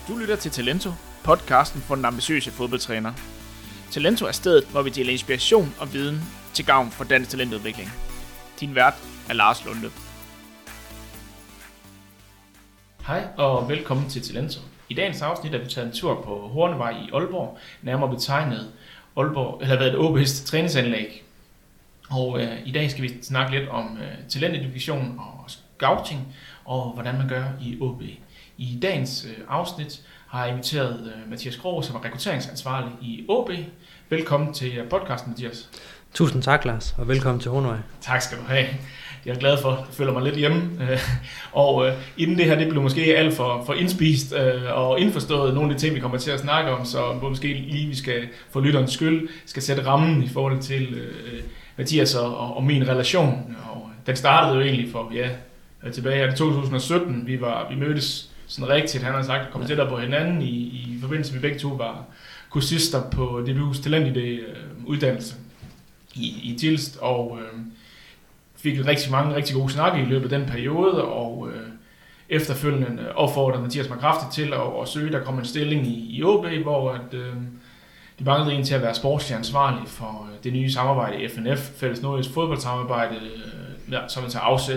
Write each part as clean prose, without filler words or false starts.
Du lytter til Talento, podcasten for den ambitiøse fodboldtræner. Talento er stedet, hvor vi deler inspiration og viden til gavn for dansk talentudvikling. Din vært er Lars Lunde. Hej og velkommen til Talento. I dagens afsnit er vi taget en tur på Hornevej i Aalborg, nærmere betegnet OB's træningsanlæg. Og i dag skal vi snakke lidt om talentidentifikation og scouting, og hvordan man gør i OB. I dagens afsnit har jeg inviteret Mathias Krog, som er rekrutteringsansvarlig i OB. Velkommen til podcasten, Mathias. Tusind tak, Lars, og velkommen til Hornevej. Tak skal du have. Jeg er glad for, at jeg føler mig lidt hjemme. Og inden det her, det blev måske alt for indspist og indforstået nogle af de ting, vi kommer til at snakke om, så måske lige vi skal for lytterens skyld skal sætte rammen i forhold til Mathias og min relation. Og den startede jo egentlig for tilbage i 2017. Vi mødtes sådan rigtigt. Han har sagt, at komme tættere på hinanden i forbindelse med begge to var kursister på DBU's talentidé-uddannelse i Tilst, og fik rigtig gode snakke i løbet af den periode, og efterfølgende opfordrede Mathias mig kraftigt til at søge. Der kom en stilling i OB, hvor de manglede en til at være sportslig ansvarlig for det nye samarbejde i FNF, Fælles Nordisk Fodboldsamarbejde, som tager afsæt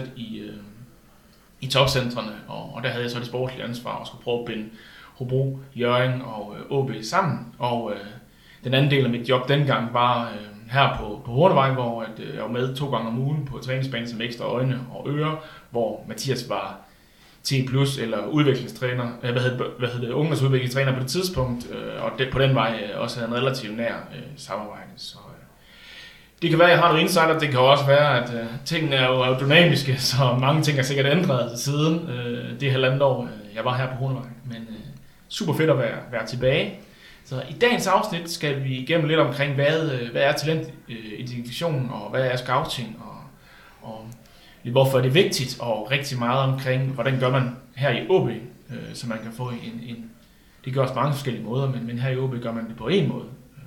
i topcentrene, og der havde jeg så det sportslige ansvar og skulle prøve at binde Hobro, Hjørring og OB sammen. Og den anden del af mit job dengang var her på Hornevej, hvor jeg var med 2 gange om ugen på træningsbanen som ekstra øjne og ører, hvor Mathias var T+, eller udviklingstræner, ungdomsudviklingstræner på det tidspunkt, og på den vej også havde en relativt nær samarbejde. Så det kan være, at jeg har noget insider, det kan også være, at tingene er jo dynamiske, så mange ting er sikkert ændret siden det halvandet år, jeg var her på Hornevej. Men super fedt at være tilbage. Så i dagens afsnit skal vi igennem lidt omkring, hvad er talentidentifikation, og hvad er scouting, og hvorfor er det vigtigt, og rigtig meget omkring, hvordan gør man her i OB, så man kan få det gør også mange forskellige måder, men her i OB gør man det på en måde.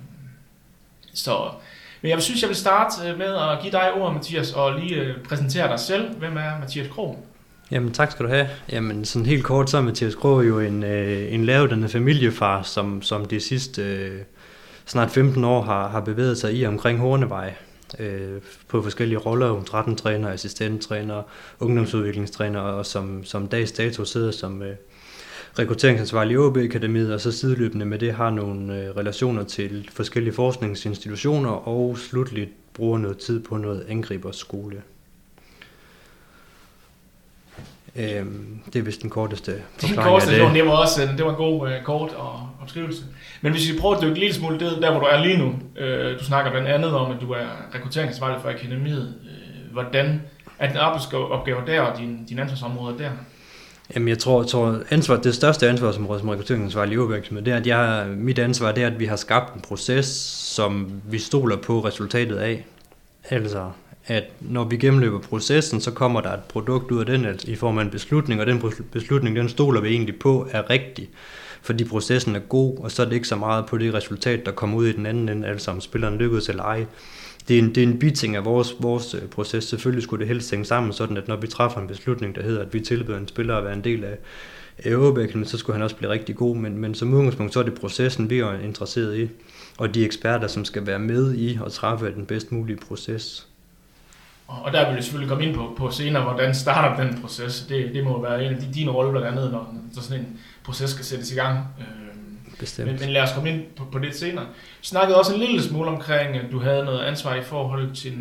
Men jeg synes, jeg vil starte med at give dig ordet, Mathias, og lige præsentere dig selv. Hvem er Mathias Krog? Jamen tak skal du have. Jamen sådan helt kort, så er Mathias Krog jo en læreruddannet familiefar, som de sidste snart 15 år har bevæget sig i omkring Hornevej på forskellige roller, U13-træner, assistenttræner, ungdomsudviklingstræner, og som dags dato sidder som rekrutteringsansvarlig i OB-akademiet, og så sideløbende med det har nogle relationer til forskellige forskningsinstitutioner, og slutligt bruger noget tid på noget angriberskole. Det er vist den korteste forklaring. Det var en god kort og beskrivelse. Men hvis vi prøver at dykke en lille smule der, hvor du er lige nu. Du snakker blandt andet om, at du er rekrutteringsansvarlig for akademiet. Hvordan er din arbejdsopgave der og dine ansvarsområder der? Jamen jeg tror det største ansvarsområde som rekrutteringsansvarlig i OB-akademiet, det er, at mit ansvar det er, at vi har skabt en proces, som vi stoler på resultatet af. Altså at når vi gennemløber processen, så kommer der et produkt ud af den i form af en beslutning, og den beslutning, den stoler vi egentlig på, er rigtig, fordi processen er god, og så er det ikke så meget på det resultat, der kommer ud i den anden ende, altså om spilleren lykkedes eller ej. Det er en biting af vores proces. Selvfølgelig skulle det helst hænge sammen, sådan at når vi træffer en beslutning, der hedder, at vi tilbyder en spiller at være en del af OB-akademiet, så skulle han også blive rigtig god, men som udgangspunkt, så er det processen, vi er interesseret i, og de eksperter, som skal være med i at træffe den bedst mulige proces. Og der vil du selvfølgelig komme ind på senere, hvordan starter den proces. Det må være en af dine roller blandt andet, når sådan en proces skal sættes i gang. Men lad os komme ind på det senere. Du snakkede også en lille smule omkring, at du havde noget ansvar i forhold til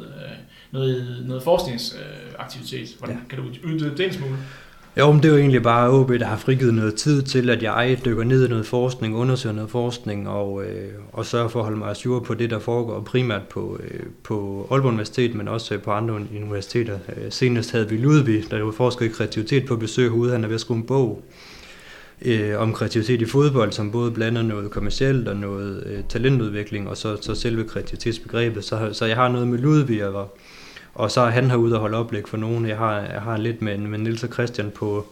noget forskningsaktivitet. Hvordan kan du uddybe det en smule? Jo, men det er jo egentlig bare OB, der har frigivet noget tid til, at jeg dykker ned i noget forskning, undersøger noget forskning og sørger for at holde mig ajour på det, der foregår primært på Aalborg Universitet, men også på andre universiteter. Senest havde vi Ludvig, der forsker i kreativitet på besøg herude. Han er ved at skrive en bog om kreativitet i fodbold, som både blander noget kommercielt og noget talentudvikling, og så selve kreativitetsbegrebet. Så jeg har noget med Ludvig, og så er han herude og holde oplæg for nogen. Jeg har lidt med Niels og Christian på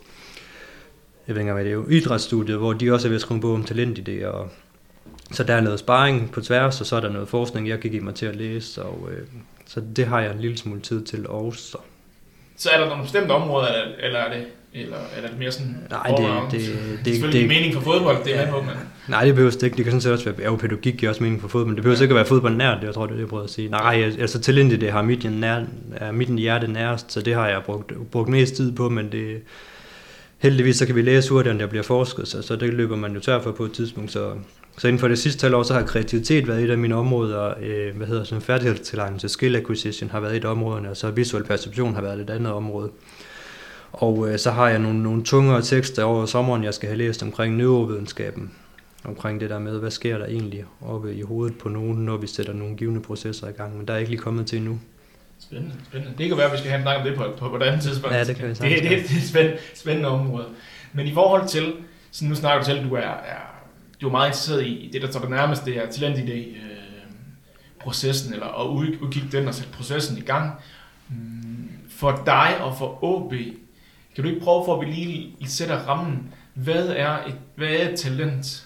idrætsstudiet, hvor de også er ved at skrive en bog om talentidéer. Så der er noget sparring på tværs, og så er der noget forskning, jeg kan give mig til at læse. Så det har jeg en lille smule tid til også. Så er der nogle bestemte områder, eller er det Eller er det mere sådan... Nej, det er selvfølgelig mening for fodbold, det er med på, men... Nej, det behøver ikke. Det kan sådan set også være... Jo, pædagogik giver også mening for fodbold, men det behøver ikke at være fodbold nært, det jeg tror, det er det, jeg prøver at sige. Nej, altså talent i det har mit hjerte nærest, så det har jeg brugt mest tid på, men det... Heldigvis så kan vi læse hurtigere, end der bliver forsket, så det løber man jo tør for på et tidspunkt. Så inden for det sidste halvår, så har kreativitet været et af mine områder. Færdighedstilegnelse, skill acquisition har været et af områderne, og så visuel perception har været et andet område. Og så har jeg nogle tungere tekster over sommeren, jeg skal have læst omkring neurovidenskaben. Omkring det der med, hvad sker der egentlig oppe i hovedet på nogen, når vi sætter nogle givende processer i gang. Men der er ikke lige kommet til endnu. Spændende. Det kan være, at vi skal have en snak om det på et andet tidspunkt. Ja, det kan vi sagtens. Det er et spændende område. Men i forhold til, så nu snakker du til, at du er meget interesseret i det, der står der nærmest, det er talentidé-processen, eller at udkigge den og sætte processen i gang. For dig og for OB, kan du ikke prøve for, at vi lige sætter rammen? Hvad er et talent?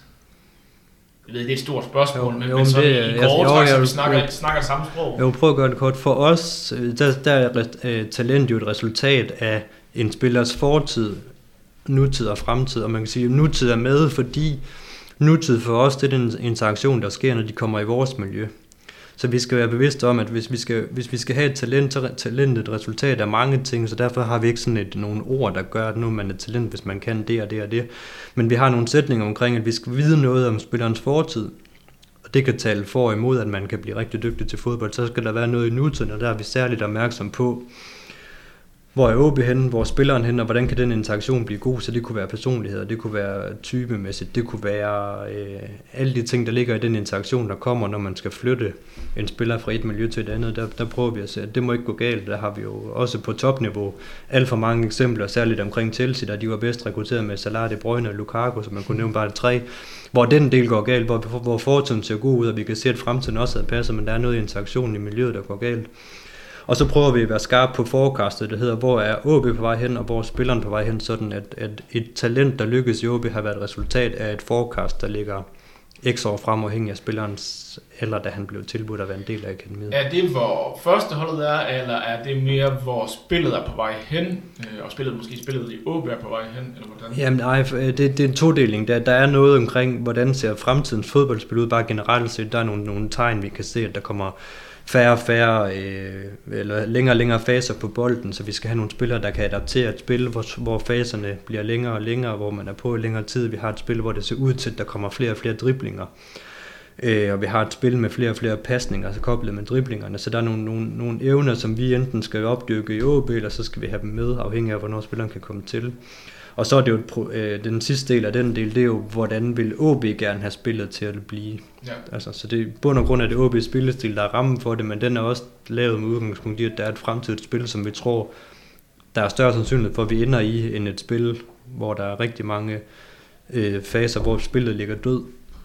Jeg ved, det er et stort spørgsmål, men så i grove træk, så vi snakker samme sprog. Jeg vil prøve at gøre det kort. For os, der er talent jo et resultat af en spillers fortid, nutid og fremtid. Og man kan sige, at nutid er med, fordi nutid for os, det er den interaktion, der sker, når de kommer i vores miljø. Så vi skal være bevidste om, at hvis vi skal have et talent, så er talentet et resultat af mange ting, så derfor har vi ikke sådan nogle ord, der gør, at nu man er talent, hvis man kan det og det og det. Men vi har nogle sætninger omkring, at vi skal vide noget om spillerens fortid, og det kan tale for og imod, at man kan blive rigtig dygtig til fodbold. Så skal der være noget i nutiden, og der er vi særligt opmærksom på, hvor er OB henne, hvor er spilleren henne, og hvordan kan den interaktion blive god, så det kunne være personligheder, det kunne være typemæssigt, det kunne være alle de ting, der ligger i den interaktion, der kommer, når man skal flytte en spiller fra et miljø til et andet. Der prøver vi at se, at det må ikke gå galt. Der har vi jo også på topniveau alt for mange eksempler, særligt omkring Chelsea, der de var bedst rekrutteret med Salah, De Bruyne og Lukaku, så man kunne nævne bare 3, hvor den del går galt, hvor fortiden ser god ud, og vi kan se, at fremtiden også havde passet, men der er noget i interaktionen i miljøet, der går galt. Og så prøver vi at være skarpe på forecastet, det hedder, hvor er OB på vej hen, og hvor er spilleren på vej hen, sådan at et talent, der lykkes i OB, har været et resultat af et forecast, der ligger x år frem afhængig af spillerens, eller da han blev tilbudt at være en del af akademiet. Er det, hvor førsteholdet er, eller er det mere, hvor spillet er på vej hen, og spillet i OB er på vej hen, eller hvordan? Jamen nej, det er en todeling. Der er noget omkring, hvordan ser fremtidens fodboldspil ud, bare generelt set. Der er nogle tegn, vi kan se, at der kommer færre eller længere faser på bolden, så vi skal have nogle spillere, der kan adaptere et spil, hvor faserne bliver længere og længere, hvor man er på i længere tid. Vi har et spil, hvor det ser ud til, at der kommer flere og flere driblinger, og vi har et spil med flere og flere pasninger, altså koblet med driblingerne, så der er nogle evner, som vi enten skal opdyrke i OB, eller så skal vi have dem med, afhængig af, hvornår spilleren kan komme til. Og så er det jo den sidste del af den del, det er jo, hvordan vil OB gerne have spillet til at blive. Ja. Altså, så det er bund og grund af det OB's spillestil, der er rammen for det, men den er også lavet med udgangspunkt i, at der er et fremtidigt spil, som vi tror, der er større sandsynlighed for, at vi ender i, end et spil, hvor der er rigtig mange faser, hvor spillet ligger død.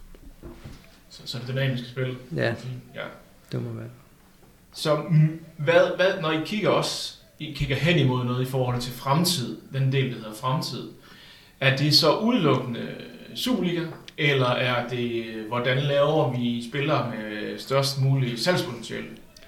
Så det dynamiske spil? Ja, det må være. Så hvad når I kigger hen imod noget i forhold til fremtid, den del, der hedder fremtid, er det så udelukkende Superliga, eller er det, hvordan laver vi spillere med størst mulig salgspotentiale?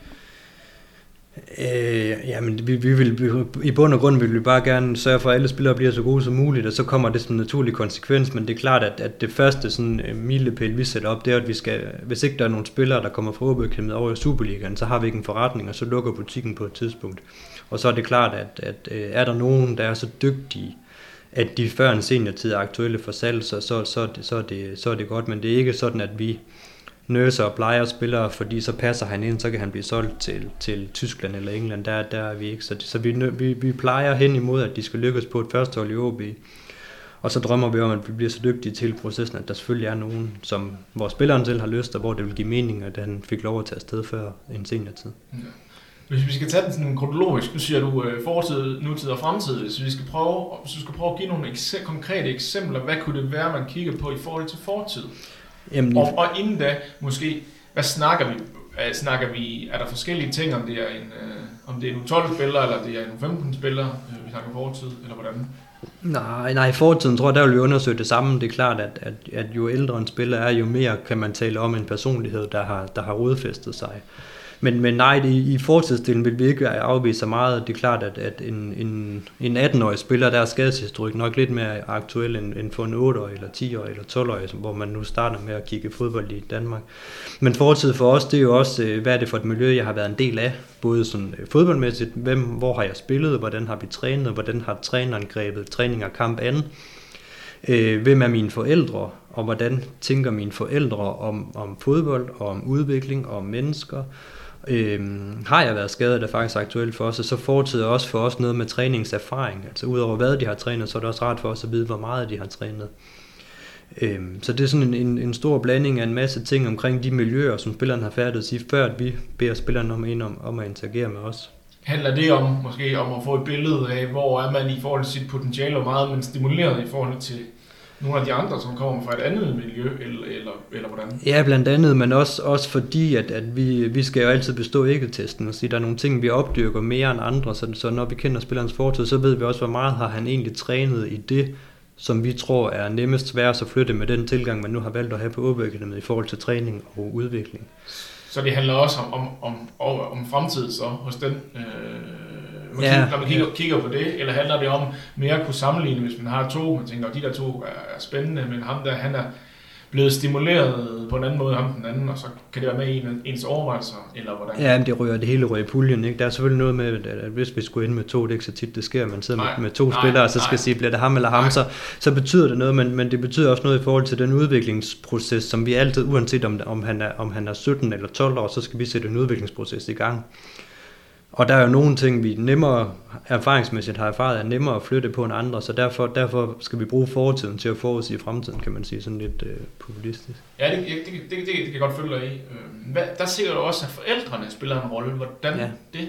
Jamen, vi vil, i bund og grund vil vi bare gerne sørge for, at alle spillere bliver så gode som muligt, og så kommer det som en naturlig konsekvens, men det er klart, at det første sådan milepæl, vi sætter op, det er, at vi skal, hvis ikke der er nogen spillere, der kommer fra OB-akademiet over i Superligaen, så har vi ikke en forretning, og så lukker butikken på et tidspunkt. Og så er det klart, at er der nogen, der er så dygtige, at de før en seniortid er aktuelle for salg, så er det godt, men det er ikke sådan, at vi nøser og plejer spillere, fordi så passer han ind, så kan han blive solgt til Tyskland eller England, der er vi ikke. Så vi plejer hen imod, at de skal lykkes på et førstehold i OB, og så drømmer vi om, at vi bliver så dygtige til processen, at der selvfølgelig er nogen, hvor spilleren selv har lyst, og hvor det vil give mening, at han fik lov at tage afsted før en seniortid. Ja. Hvis vi skal tage den sådan kronologisk, nu siger du fortid, nutid og fremtid, hvis du skal prøve at give nogle konkrete eksempler, hvad kunne det være, man kigger på i forhold til fortid? Jamen, og inden da, måske, hvad snakker vi? Er der forskellige ting, om det er om det er nogle 12 spillere, eller det er nogle 15 spillere, vi snakker fortid, eller hvordan? Nej, i fortiden tror jeg, der vil vi undersøge det samme. Det er klart, at jo ældre en spiller er, jo mere kan man tale om en personlighed, der har rodfæstet sig. Men nej, i fortidsdelen vil vi ikke afvise så meget. Det er klart, at en 18-årig spiller, der er skadeshistorik nok lidt mere aktuel end for en 8-årig, eller 10-årig, eller 12-årig, hvor man nu starter med at kigge fodbold i Danmark. Men fortid for os, det er jo også, hvad er det for et miljø, jeg har været en del af? Både sådan fodboldmæssigt, hvor har jeg spillet, hvordan har vi trænet, hvordan har træneren grebet træning og kamp an? Hvem er mine forældre, og hvordan tænker mine forældre om fodbold, og om udvikling, og om mennesker? Har jeg været skadet, er faktisk aktuelt for os, og så fortid også for os noget med træningserfaring. Altså udover hvad de har trænet, så er det også rart for os at vide, hvor meget de har trænet. Så det er sådan en stor blanding af en masse ting omkring de miljøer, som spillerne har færdighed i, før vi beder spillerne om at interagere med os. Handler det måske om at få et billede af, hvor er man i forhold til sit potentiale, og meget man stimuleret i forhold til nogle af de andre, som kommer fra et andet miljø, eller hvordan? Ja, blandt andet, men også fordi, at vi skal jo altid bestå ikke-testen og sige, at der er nogle ting, vi opdyrker mere end andre, så når vi kender spillerens fortid, så ved vi også, hvor meget har han egentlig trænet i det, som vi tror er nemmest svært at flytte med den tilgang, man nu har valgt at have på OB-akademiet i forhold til træning og udvikling. Så det handler også om fremtid så hos den, når man kigger på det, eller handler det om mere at kunne sammenligne, hvis man har to, man tænker, at de der to er spændende, men ham der, han er blevet stimuleret på en anden måde, ham den anden, og så kan det være med i ens overvejelser, eller hvordan? Ja, men det hele rører i puljen, ikke? Der er selvfølgelig noget med, at hvis vi skulle ind med to, det er ikke så tit, det sker, man sidder med to spillere, og så skal sige, bliver det ham eller ham, så betyder det noget, men det betyder også noget i forhold til den udviklingsproces, som vi altid, uanset om han er 17 eller 12 år, så skal vi sætte en udviklingsproces i gang. Og der er jo nogle ting, vi nemmere erfaringsmæssigt har erfaret, er nemmere at flytte på end andre, så derfor skal vi bruge fortiden til at forudsige fremtiden, kan man sige, sådan lidt populistisk. Ja, det kan jeg godt følge dig i. Der ser du også, at forældrene spiller en rolle. Hvordan det?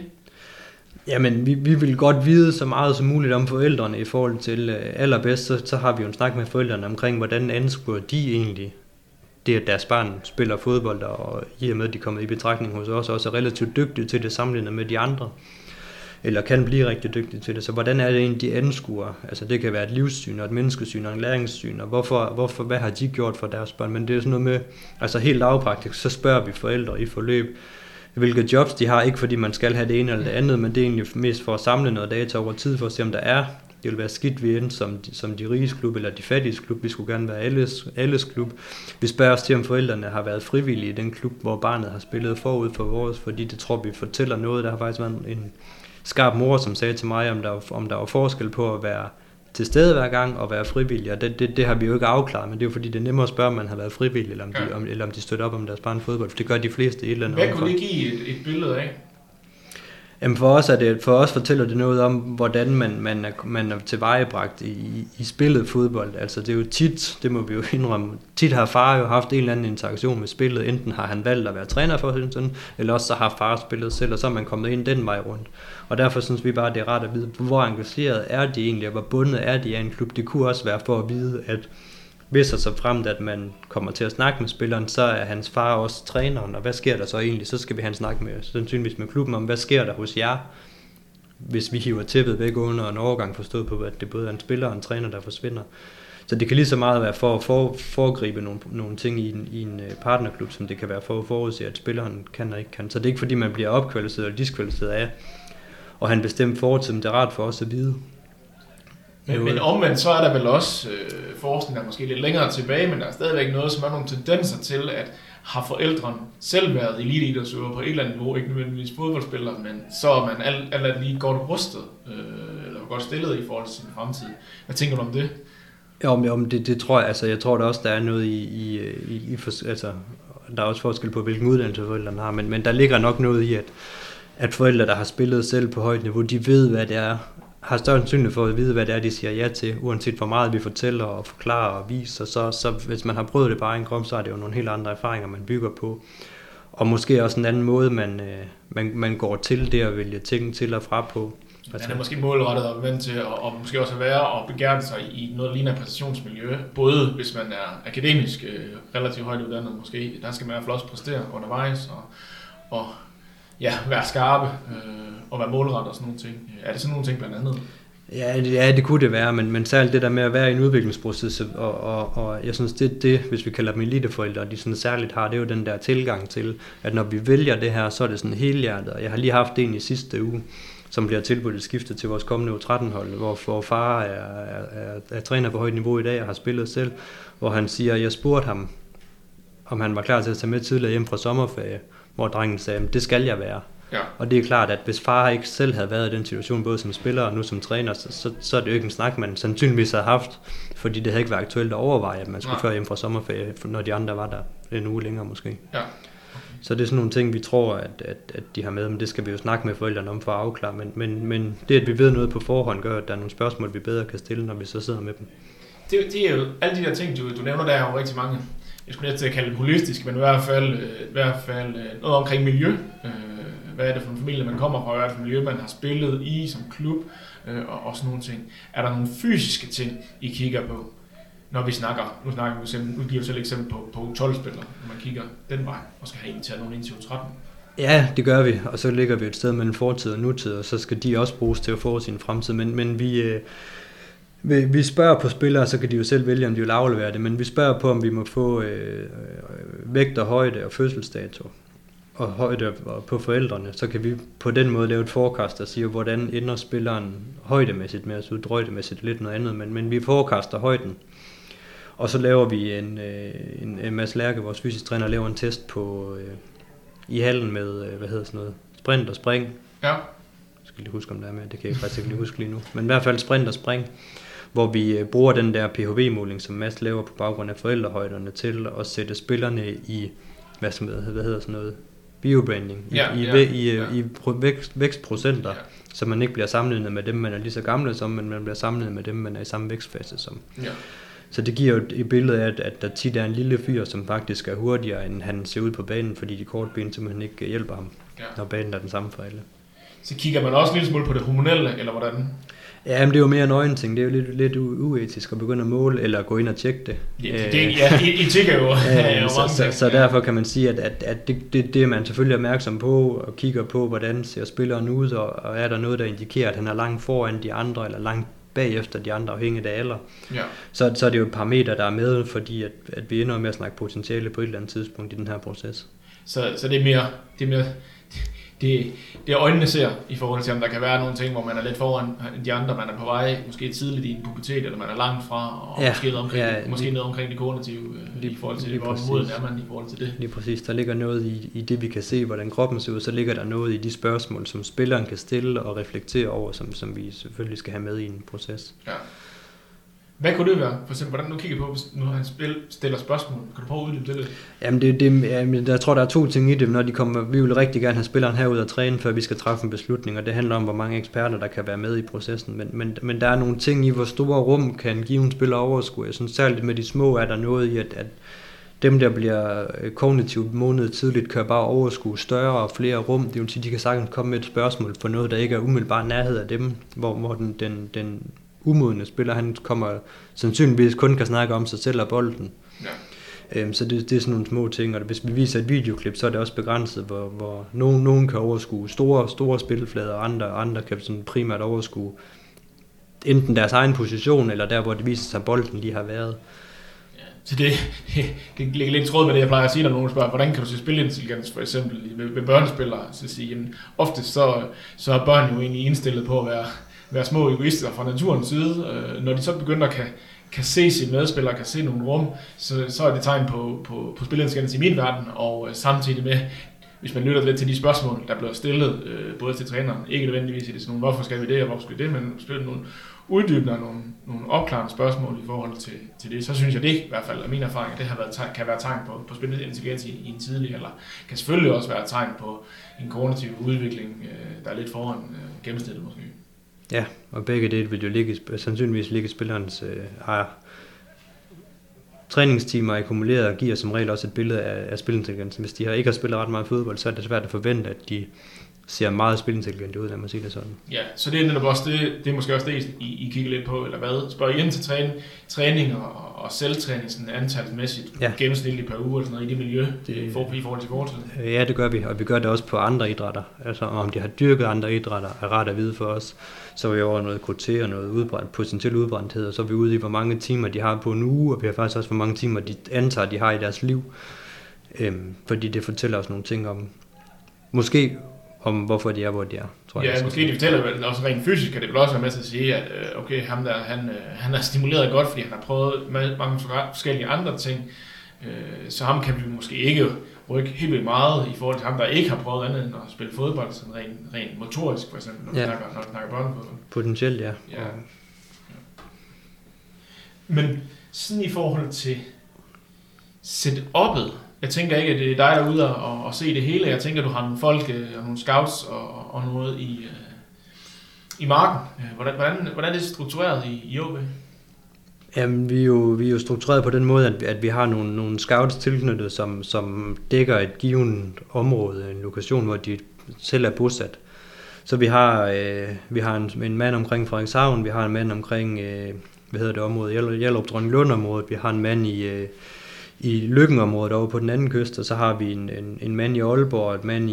Jamen, vi vil godt vide så meget som muligt om forældrene i forhold til allerbedst, så har vi jo en snak med forældrene omkring, hvordan anskuer de egentlig det, at deres barn spiller fodbold, og i og med, at de er kommet i betragtning hos os, også er relativt dygtige til det sammenlignet med de andre, eller kan blive rigtig dygtige til det. Så hvordan er det egentlig, de anskuer? Altså det kan være et livssyn, og et menneskesyn, og en læringssyn, og hvad har de gjort for deres børn? Men det er sådan noget med, altså helt lavpraktisk, så spørger vi forældre i forløb, hvilke jobs de har, ikke fordi man skal have det ene eller det andet, men det er egentlig mest for at samle noget data over tid, for at se, om der er. Det vil være skidt, vi endte som de riges klub eller de fattiges klub. Vi skulle gerne være alles klub. Vi spørger os til, om forældrene har været frivillige i den klub, hvor barnet har spillet forud for vores, fordi det tror vi fortæller noget. Der har faktisk været en skarp mor, som sagde til mig, om der var forskel på at være til stede hver gang og være frivillig. Og det har vi jo ikke afklaret, men det er jo fordi, det er nemmere at spørge, om man har været frivillig, eller om de støtter op om deres barn fodbold. For det gør de fleste i et eller andet. Hvad kunne det give et billede af? Jamen for os fortæller det noget om, hvordan man er tilvejebragt i spillet fodbold. Altså det er jo tit, det må vi jo indrømme, tit har far jo haft en eller anden interaktion med spillet. Enten har han valgt at være træner for sin, eller også så har far spillet selv, og så er man kommet ind den vej rundt. Og derfor synes vi bare, det er rart at vide, hvor engageret er de egentlig, og hvor bundet er de af en klub. Det kunne også være for at vide, at hvis og så fremt, at man kommer til at snakke med spilleren, så er hans far også træneren, og hvad sker der så egentlig? Så skal vi have en snak med, sandsynligvis med klubben om, hvad sker der hos jer, hvis vi hiver tæppet væk under en overgang, forstået på, at det både er en spiller og en træner, der forsvinder. Så det kan lige så meget være for at foregribe nogle ting i en partnerklub, som det kan være for at forudse, at spilleren kan og ikke kan. Så det er ikke fordi, man bliver opkvalificeret eller diskvalificeret af, og han bestemt fortid, men det er rart for os at vide. Men omvendt, så er der vel også forskning, der er måske lidt længere tilbage, men der er stadigvæk noget, som er nogle tendenser til, at har forældrene selv været eliteidrætsudøvere på et eller andet niveau, ikke nødvendigvis fodboldspillere, men så er man alt lige godt rustet, eller godt stillet i forhold til sin fremtid. Hvad tænker du om det? Jo, det tror jeg, altså jeg tror da også, der er noget altså der er også forskel på, hvilken uddannelse forældrene har, men der ligger nok noget i, at forældre, der har spillet selv på højt niveau, de ved, hvad det er, har større sandsynlighed for at vide, hvad det er, de siger ja til, uanset hvor meget vi fortæller og forklarer og viser, så hvis man har prøvet det på egen krop, så er det jo nogle helt andre erfaringer, man bygger på. Og måske også en anden måde, man går til det at vælge ting til og fra på. Altså, man er måske målrettet og vant til, og måske også at være og begærne sig i noget, der ligner præstationsmiljø. Både hvis man er akademisk relativt højt uddannet måske, der skal man i hvert fald også præstere undervejs og være skarpe og være målrettet og sådan nogle ting. Er det sådan nogle ting blandt andet? Ja, det kunne det være, men særligt det der med at være i en udviklingsproces, og jeg synes, det, hvis vi kalder dem eliteforældre, de sådan særligt har, det er jo den der tilgang til, at når vi vælger det her, så er det sådan helhjertet, og jeg har lige haft en i sidste uge, som bliver tilbudt et skifte til vores kommende U13-hold, hvor far er træner på højt niveau i dag og har spillet selv, hvor han siger, jeg spurgte ham, om han var klar til at tage med tidligere hjem fra sommerferie, hvor drengen sagde, det skal jeg være. Ja. Og det er klart, at hvis far ikke selv havde været i den situation, både som spiller og nu som træner, så er det jo ikke en snak, man sandsynligvis havde haft, fordi det havde ikke været aktuelt at overveje, at man skulle føre hjem fra sommerferie, når de andre var der en uge længere måske. Ja. Okay. Så det er sådan nogle ting, vi tror, at de har med, men det skal vi jo snakke med forældrene om for at afklare. Men det, at vi ved noget på forhånd, gør, at der er nogle spørgsmål, vi bedre kan stille, når vi så sidder med dem. Det er jo alle de der ting, du nævner, der er jo rigtig mange. Jeg skulle næsten kalde dem holistiske, men i hvert fald noget omkring miljø. Hvad er det for en familie, man kommer fra? Hvad er det for en miljø, man har spillet i som klub? Og sådan nogle ting. Er der nogle fysiske ting, I kigger på, når vi snakker? Nu giver vi selv et eksempel på 12-spillere, når man kigger den vej, og skal have inviteret nogen ind til U13. Ja, det gør vi, og så ligger vi et sted mellem fortid og nutid, og så skal de også bruges til at få sin fremtid. Men vi spørger på spillere, så kan de jo selv vælge, om de vil aflevere det, men vi spørger på, om vi må få vægt og højde og fødselsdato og højde på forældrene, så kan vi på den måde lave et forecast og sige, hvordan ender spilleren højdemæssigt med os ud, drøjdemæssigt lidt noget andet, men vi forecaster højden. Og så laver vi en Mads Lærke, vores fysisk træner, laver en test på i hallen med, sprint og spring. Ja. Jeg skal lige huske, om det er med, det kan jeg faktisk ikke lige huske lige nu. Men i hvert fald sprint og spring, hvor vi bruger den der PHV-måling, som Mads laver på baggrund af forældrehøjderne til at sætte spillerne i, biobranding, i vækstprocenter, så man ikke bliver sammenlignet med dem, man er lige så gamle som, men man bliver sammenlignet med dem, man er i samme vækstfase som. Ja. Så det giver jo et billede af, at der tit er en lille fyr, som faktisk er hurtigere, end han ser ud på banen, fordi de korte ben simpelthen ikke hjælper ham, når banen er den samme for alle. Så kigger man også lidt smule på det hormonelle, eller hvordan? Ja, men det er jo mere en øjenting. Det er jo lidt uetisk at begynde at måle, eller gå ind og tjekke det. Etik er jo så derfor kan man sige, at det er man selvfølgelig opmærksom på, og kigger på, hvordan ser spilleren ud, og er der noget, der indikerer, at han er langt foran de andre, eller langt bagefter de andre, afhængigt af alder. Ja. Så er det jo et parameter, der er med, fordi at vi ender med at snakke potentiale på et eller andet tidspunkt i den her proces. Så det er mere det øjnene ser i forhold til, om der kan være nogle ting, hvor man er lidt foran de andre, man er på vej, måske tidligt i en pubertet, eller man er langt fra, og måske ned omkring det kognitive, i forhold til hvor moden er man i forhold til det. Lige præcis. Der ligger noget i det, vi kan se, hvordan kroppen ser ud, så ligger der noget i de spørgsmål, som spilleren kan stille og reflektere over, som vi selvfølgelig skal have med i en proces. Ja. Hvad kunne det være? For eksempel, hvordan du kigger på, hvis nu han stiller spørgsmål? Kan du prøve at uddybe det lidt? Jamen, jeg tror, der er to ting i det, når de kommer. Vi vil rigtig gerne have spilleren herud og træne, før vi skal træffe en beslutning, og det handler om, hvor mange eksperter, der kan være med i processen. Men der er nogle ting i, hvor store rum kan give en spiller overskud. Jeg synes særligt med de små er der noget i, at dem, der bliver kognitivt modnet tidligt, kan bare overskue større og flere rum. Det vil sige, de kan sagtens komme med et spørgsmål på noget, der ikke er umiddelbart nærhed af dem, hvor den umodne spiller, han kommer sandsynligvis kun kan snakke om sig selv og bolden. Ja. Så det er sådan nogle små ting, og hvis vi viser et videoklip, så er det også begrænset, hvor nogen kan overskue store spilflader, og andre kan sådan primært overskue enten deres egen position, eller der, hvor det viser sig, at bolden lige har været. Så det ligger lidt i tråd med det, jeg plejer at sige, når nogen spørger, hvordan kan du se spilintelligens for eksempel ved børnespillere? Så sige, jamen, oftest så er børn jo egentlig indstillet på at være små egoister fra naturens side. Når de så begynder kan se sine medspillere, kan se nogle rum, så er det tegn på spilintelligens i min verden, og samtidig med, hvis man lytter lidt til de spørgsmål, der bliver stillet, både til træneren, ikke nødvendigvis er det sådan nogle, hvorfor skal vi det, og hvorfor skal vi det, men spille nogle uddybende nogle opklarende spørgsmål i forhold til det, så synes jeg det i hvert fald af min erfaring, det kan være tegn på spillende intelligens i en tidlig, eller kan selvfølgelig også være tegn på en kognitiv udvikling, der er lidt foran gennemsnittet måske. Ja, og begge dele vil jo sandsynligvis ligge spillerens træningstimer akkumuleret og giver som regel også et billede af spilintelligensen. Hvis de ikke har spillet ret meget fodbold, så er det svært at forvente, at de ser meget spilintelligent ud, lad mig sige det sådan. Ja, så det er netop også det er måske også det, I kigger lidt på, eller hvad? Spørger I ind til træning og selvtræning, sådan antalsmæssigt, gennemsnitligt per uge, eller sådan noget, i det miljø, i forhold til fortiden? Ja, det gør vi, og vi gør det også på andre idrætter. Altså om de har dyrket andre idrætter, er ret at vide for os. Så er vi over noget KT og noget potentiel udbrændthed, og så er vi ude i, hvor mange timer de har på en uge, og vi har faktisk også, hvor mange timer de antager, de har i deres liv. Fordi det fortæller os nogle ting om, måske om hvorfor de er, hvor de er, tror jeg. Ja, måske de fortæller vel også rent fysisk, kan det vel også være med til at sige, at okay, ham der, han er stimuleret godt, fordi han har prøvet mange forskellige andre ting, så ham kan vi måske ikke rykke helt vildt meget i forhold til ham, der ikke har prøvet andet end at spille fodbold, sådan rent motorisk, for eksempel, når vi snakker børnefodbold. Potentielt, ja. Men sådan i forhold til setup'et, jeg tænker ikke, at det er dig, der er ude og se det hele. Jeg tænker, at du har nogle folk og nogle scouts og noget i marken. Hvordan er det struktureret i OB? Jamen, vi er jo struktureret på den måde, at vi har nogle scouts tilknyttet, som dækker et givet område, en lokation, hvor de selv er bosat. Så vi har en mand omkring Frederikshavn, vi har en mand omkring, området, Hjallerup Dronninglund-området, vi har en mand i Løkken-området over på den anden kyst, og så har vi en mand i Aalborg, og et mand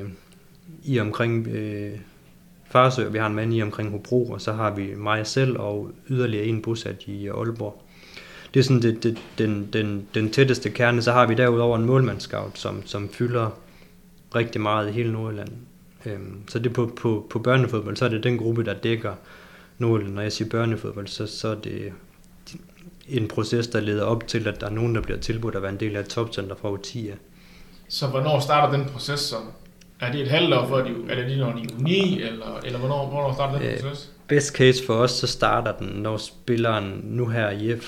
i omkring Farsø, og vi har en mand i omkring Hobro, og så har vi mig selv og yderligere en bosat i Aalborg. Det er sådan den tætteste kerne. Så har vi derudover en målmandsscout, som fylder rigtig meget i hele Nordjylland. Så det på børnefodbold, så er det den gruppe, der dækker Nordjylland. Når jeg siger børnefodbold, så er det en proces, der leder op til, at der er nogen, der bliver tilbudt at være en del af et topcenter fra U10. Så hvornår starter den proces så? Er det et halvt år, er det når de er 9, eller hvornår starter den proces? Best case for os, så starter den, når spilleren nu her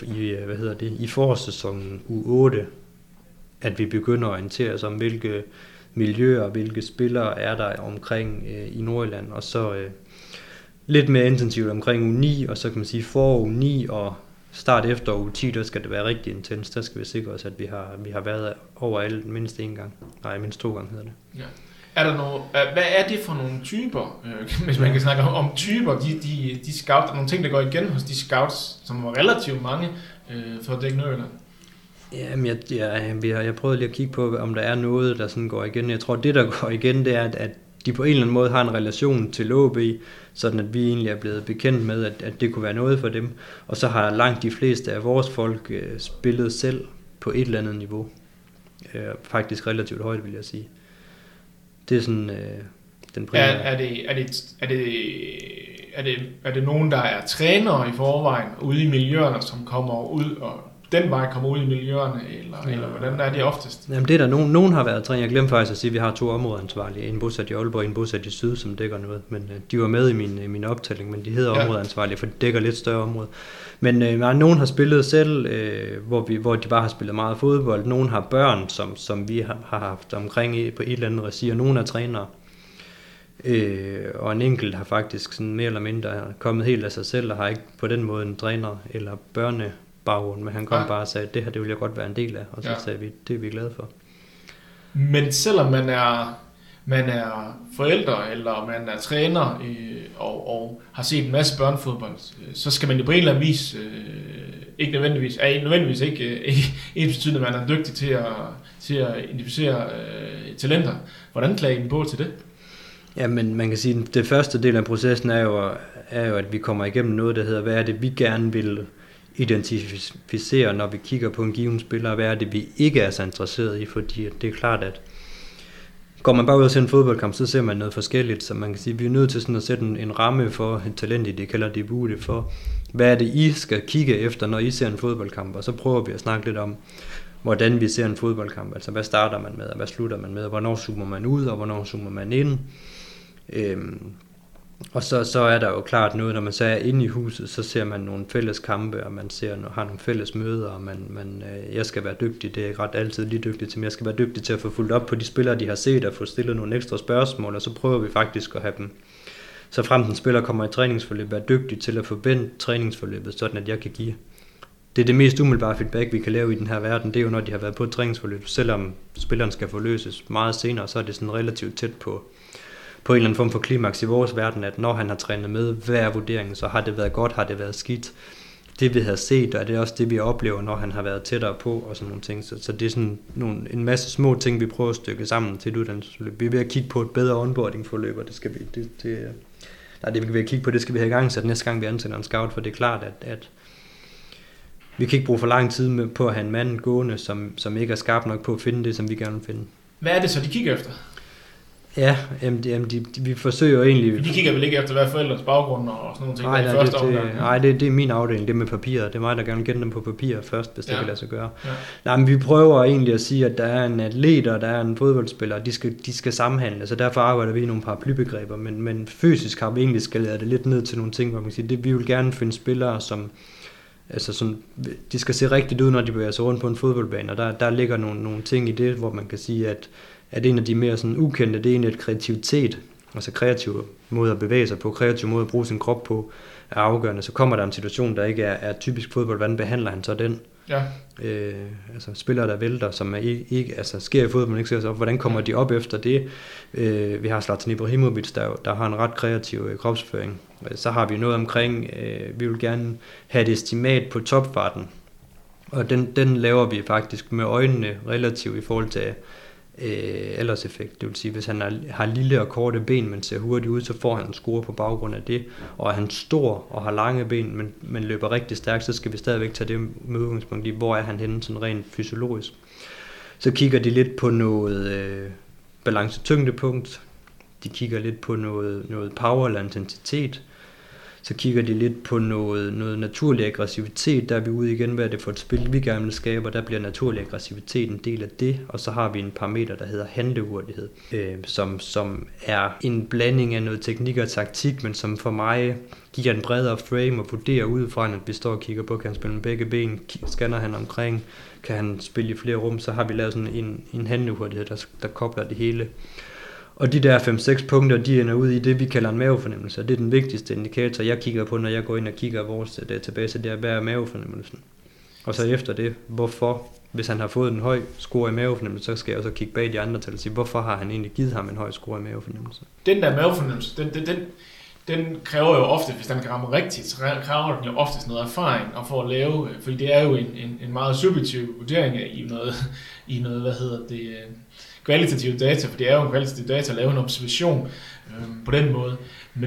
i forårssæsonen U8, at vi begynder at orientere os om, hvilke miljøer og hvilke spillere er der omkring i Nordjylland, og så lidt mere intensivt omkring U9, og så kan man sige for U9 og start efter U10, der skal det være rigtig intens. Der skal vi sikre os, at vi har været overalt mindst mindst 2 gange hedder det. Ja. Er der hvad er det for nogle typer, hvis man kan snakke om typer, de scouts, nogle ting, der går igen hos de scouts, som var relativt mange for at dække Nordjylland? Jamen, jeg prøvede lige at kigge på, om der er noget, der sådan går igen. Jeg tror, det der går igen, det er, at de på en eller anden måde har en relation til OB, sådan at vi egentlig er blevet bekendt med, at det kunne være noget for dem. Og så har langt de fleste af vores folk spillet selv på et eller andet niveau. Faktisk relativt højt, vil jeg sige. Det er sådan den primære. Er det nogen, der er trænere i forvejen ude i miljøerne, som kommer ud og den vej kommer ud i miljøerne, eller hvordan er det oftest? Jamen det er der nogen har været træner. Jeg glemte faktisk at sige, at vi har 2 områdeansvarlige. En bosat i Aalborg og en bosat i Syd, som dækker noget. Men de var med i min optælling, men de hedder områdeansvarlige, for de dækker lidt større område. Men nogen har spillet selv, hvor de bare har spillet meget fodbold. Nogen har børn, som vi har haft omkring på et eller andet regi, og nogen er trænere. Og en enkelt har faktisk sådan mere eller mindre kommet helt af sig selv, og har ikke på den måde en træner eller børnebaggrund, men han kom bare og sagde, at det her det vil jeg godt være en del af, og så sagde vi, det er vi glade for. Men selvom man er forældre, eller man er træner og har set en masse børnefodbold, så skal man jo på en eller anden vis, ikke nødvendigvis ikke betydende, at man er dygtig til at identificere talenter. Hvordan klæder I dem på til det? Ja, men man kan sige, at det første del af processen er jo, at vi kommer igennem noget, der hedder, hvad er det, vi gerne vil identificere, når vi kigger på en given spiller, hvad er det, vi ikke er så interesseret i, fordi det er klart, at går man bare ud og ser en fodboldkamp, så ser man noget forskelligt, så man kan sige, at vi er nødt til sådan at sætte en ramme for et talent i det, kalder debut for, hvad er det, I skal kigge efter, når I ser en fodboldkamp, og så prøver vi at snakke lidt om, hvordan vi ser en fodboldkamp, altså hvad starter man med, og hvad slutter man med, og hvornår zoomer man ud, og hvornår zoomer man ind. Og så er der jo klart noget, når man så er inde i huset, så ser man nogle fælles kampe, og man har nogle fælles møder, og jeg skal være dygtig, det er ikke ret altid lige dygtig til, men jeg skal være dygtig til at få fulgt op på de spillere, de har set, og få stillet nogle ekstra spørgsmål, og så prøver vi faktisk at have dem, så frem den spiller kommer i træningsforløb, være dygtig til at forbinde træningsforløbet, sådan at jeg kan give. Det er det mest umiddelbare feedback, vi kan lave i den her verden, det er jo, når de har været på et træningsforløb, selvom spilleren skal forløses meget senere, så er det sådan relativt tæt på en eller anden form for klimaks i vores verden, at når han har trænet med, hvad er vurderingen, så har det været godt, har det været skidt. Det vi har set, og det er også det vi oplever, når han har været tættere på og sådan nogle ting. Så det er sådan en masse små ting, vi prøver at stykke sammen til et uddannelsesforløb. Vi er ved at kigge på et bedre onboarding-forløb, og det skal vi er ved at kigge på, det skal vi have i gang sat næste gang vi ansætter en scout, for det er klart, at vi kan ikke bruge for lang tid på at have en mand gående, som ikke er skarp nok på at finde det, som vi gerne vil finde. Hvad er det så, de kigger efter? Ja, vi forsøger egentlig... De kigger vel ikke efter, hvad forældres baggrund og sådan nogle ting? Nej, det er min afdeling, det med papiret. Det er mig, der gerne vil gemme dem på papir først, hvis det kan lade sig gøre. Ja. Nej, men vi prøver egentlig at sige, at der er en atlet, og der er en fodboldspiller, og de skal sammenhandle, så derfor arbejder vi i nogle paraplybegreber, men fysisk har vi egentlig skaleret det lidt ned til nogle ting, hvor man kan sige, vi vil gerne finde spillere, som... Altså sådan, de skal se rigtigt ud, når de bevæger sig rundt på en fodboldbane, og der ligger nogle ting i det, hvor man kan sige, at en af de mere sådan ukendte, det er egentlig, at kreativitet, altså kreativ måde at bevæge sig på, kreativ måde at bruge sin krop på, er afgørende. Så kommer der en situation, der ikke er typisk fodbold, hvordan behandler han så den? Ja. Altså spillere, der vælter, som ikke sker i fodbold, men ikke ser sig op, hvordan kommer de op efter det? Vi har Zlatan Ibrahimovic, der har en ret kreativ kropsføring. Så har vi noget omkring, vi vil gerne have et estimat på topfarten, og den laver vi faktisk med øjnene relativt i forhold til alderseffekt. Det vil sige, hvis han har lille og korte ben, men ser hurtigt ud, så får han en score på baggrund af det. Og er han stor og har lange ben, men løber rigtig stærkt, så skal vi stadigvæk tage det med udgangspunkt i, hvor er han henne sådan rent fysiologisk. Så kigger de lidt på noget balance-tyngdepunkt. De kigger lidt på noget power eller intensitet. Så kigger de lidt på noget naturlig aggressivitet, der er vi ude igen, hvad er det for et spil, vi gerne vil skabe, og der bliver naturlig aggressivitet en del af det, og så har vi en parameter, der hedder handlehurtighed, som er en blanding af noget teknik og taktik, men som for mig giver en bredere frame og vurderer udefra, at vi står og kigger på, kan han spille med begge ben, scanner han omkring, kan han spille i flere rum, så har vi lavet sådan en handlehurtighed, der kobler det hele. Og de der 5-6 punkter, de ender ud i det, vi kalder en mavefornemmelse. Det er den vigtigste indikator, jeg kigger på, når jeg går ind og kigger i vores database, det er, hvad er mavefornemmelsen? Og så efter det, hvorfor, hvis han har fået en høj score i mavefornemmelse, så skal jeg også kigge bag de andre til at sige, hvorfor har han egentlig givet ham en høj score i mavefornemmelse? Den der mavefornemmelse, den kræver jo ofte, hvis den kan ramme rigtigt, så kræver den jo oftest noget erfaring og for at lave, fordi det er jo en meget subjektiv vurdering i noget kvalitative data, for det er jo en kvalitativ data at lave en observation på den måde.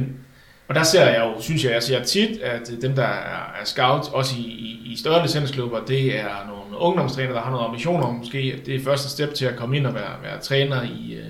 Og der ser jeg jo, synes jeg ser tit, at dem, der er scout, også i større licensklubber, det er nogle ungdomstræner, der har noget ambitioner om måske, at det er første step til at komme ind og være træner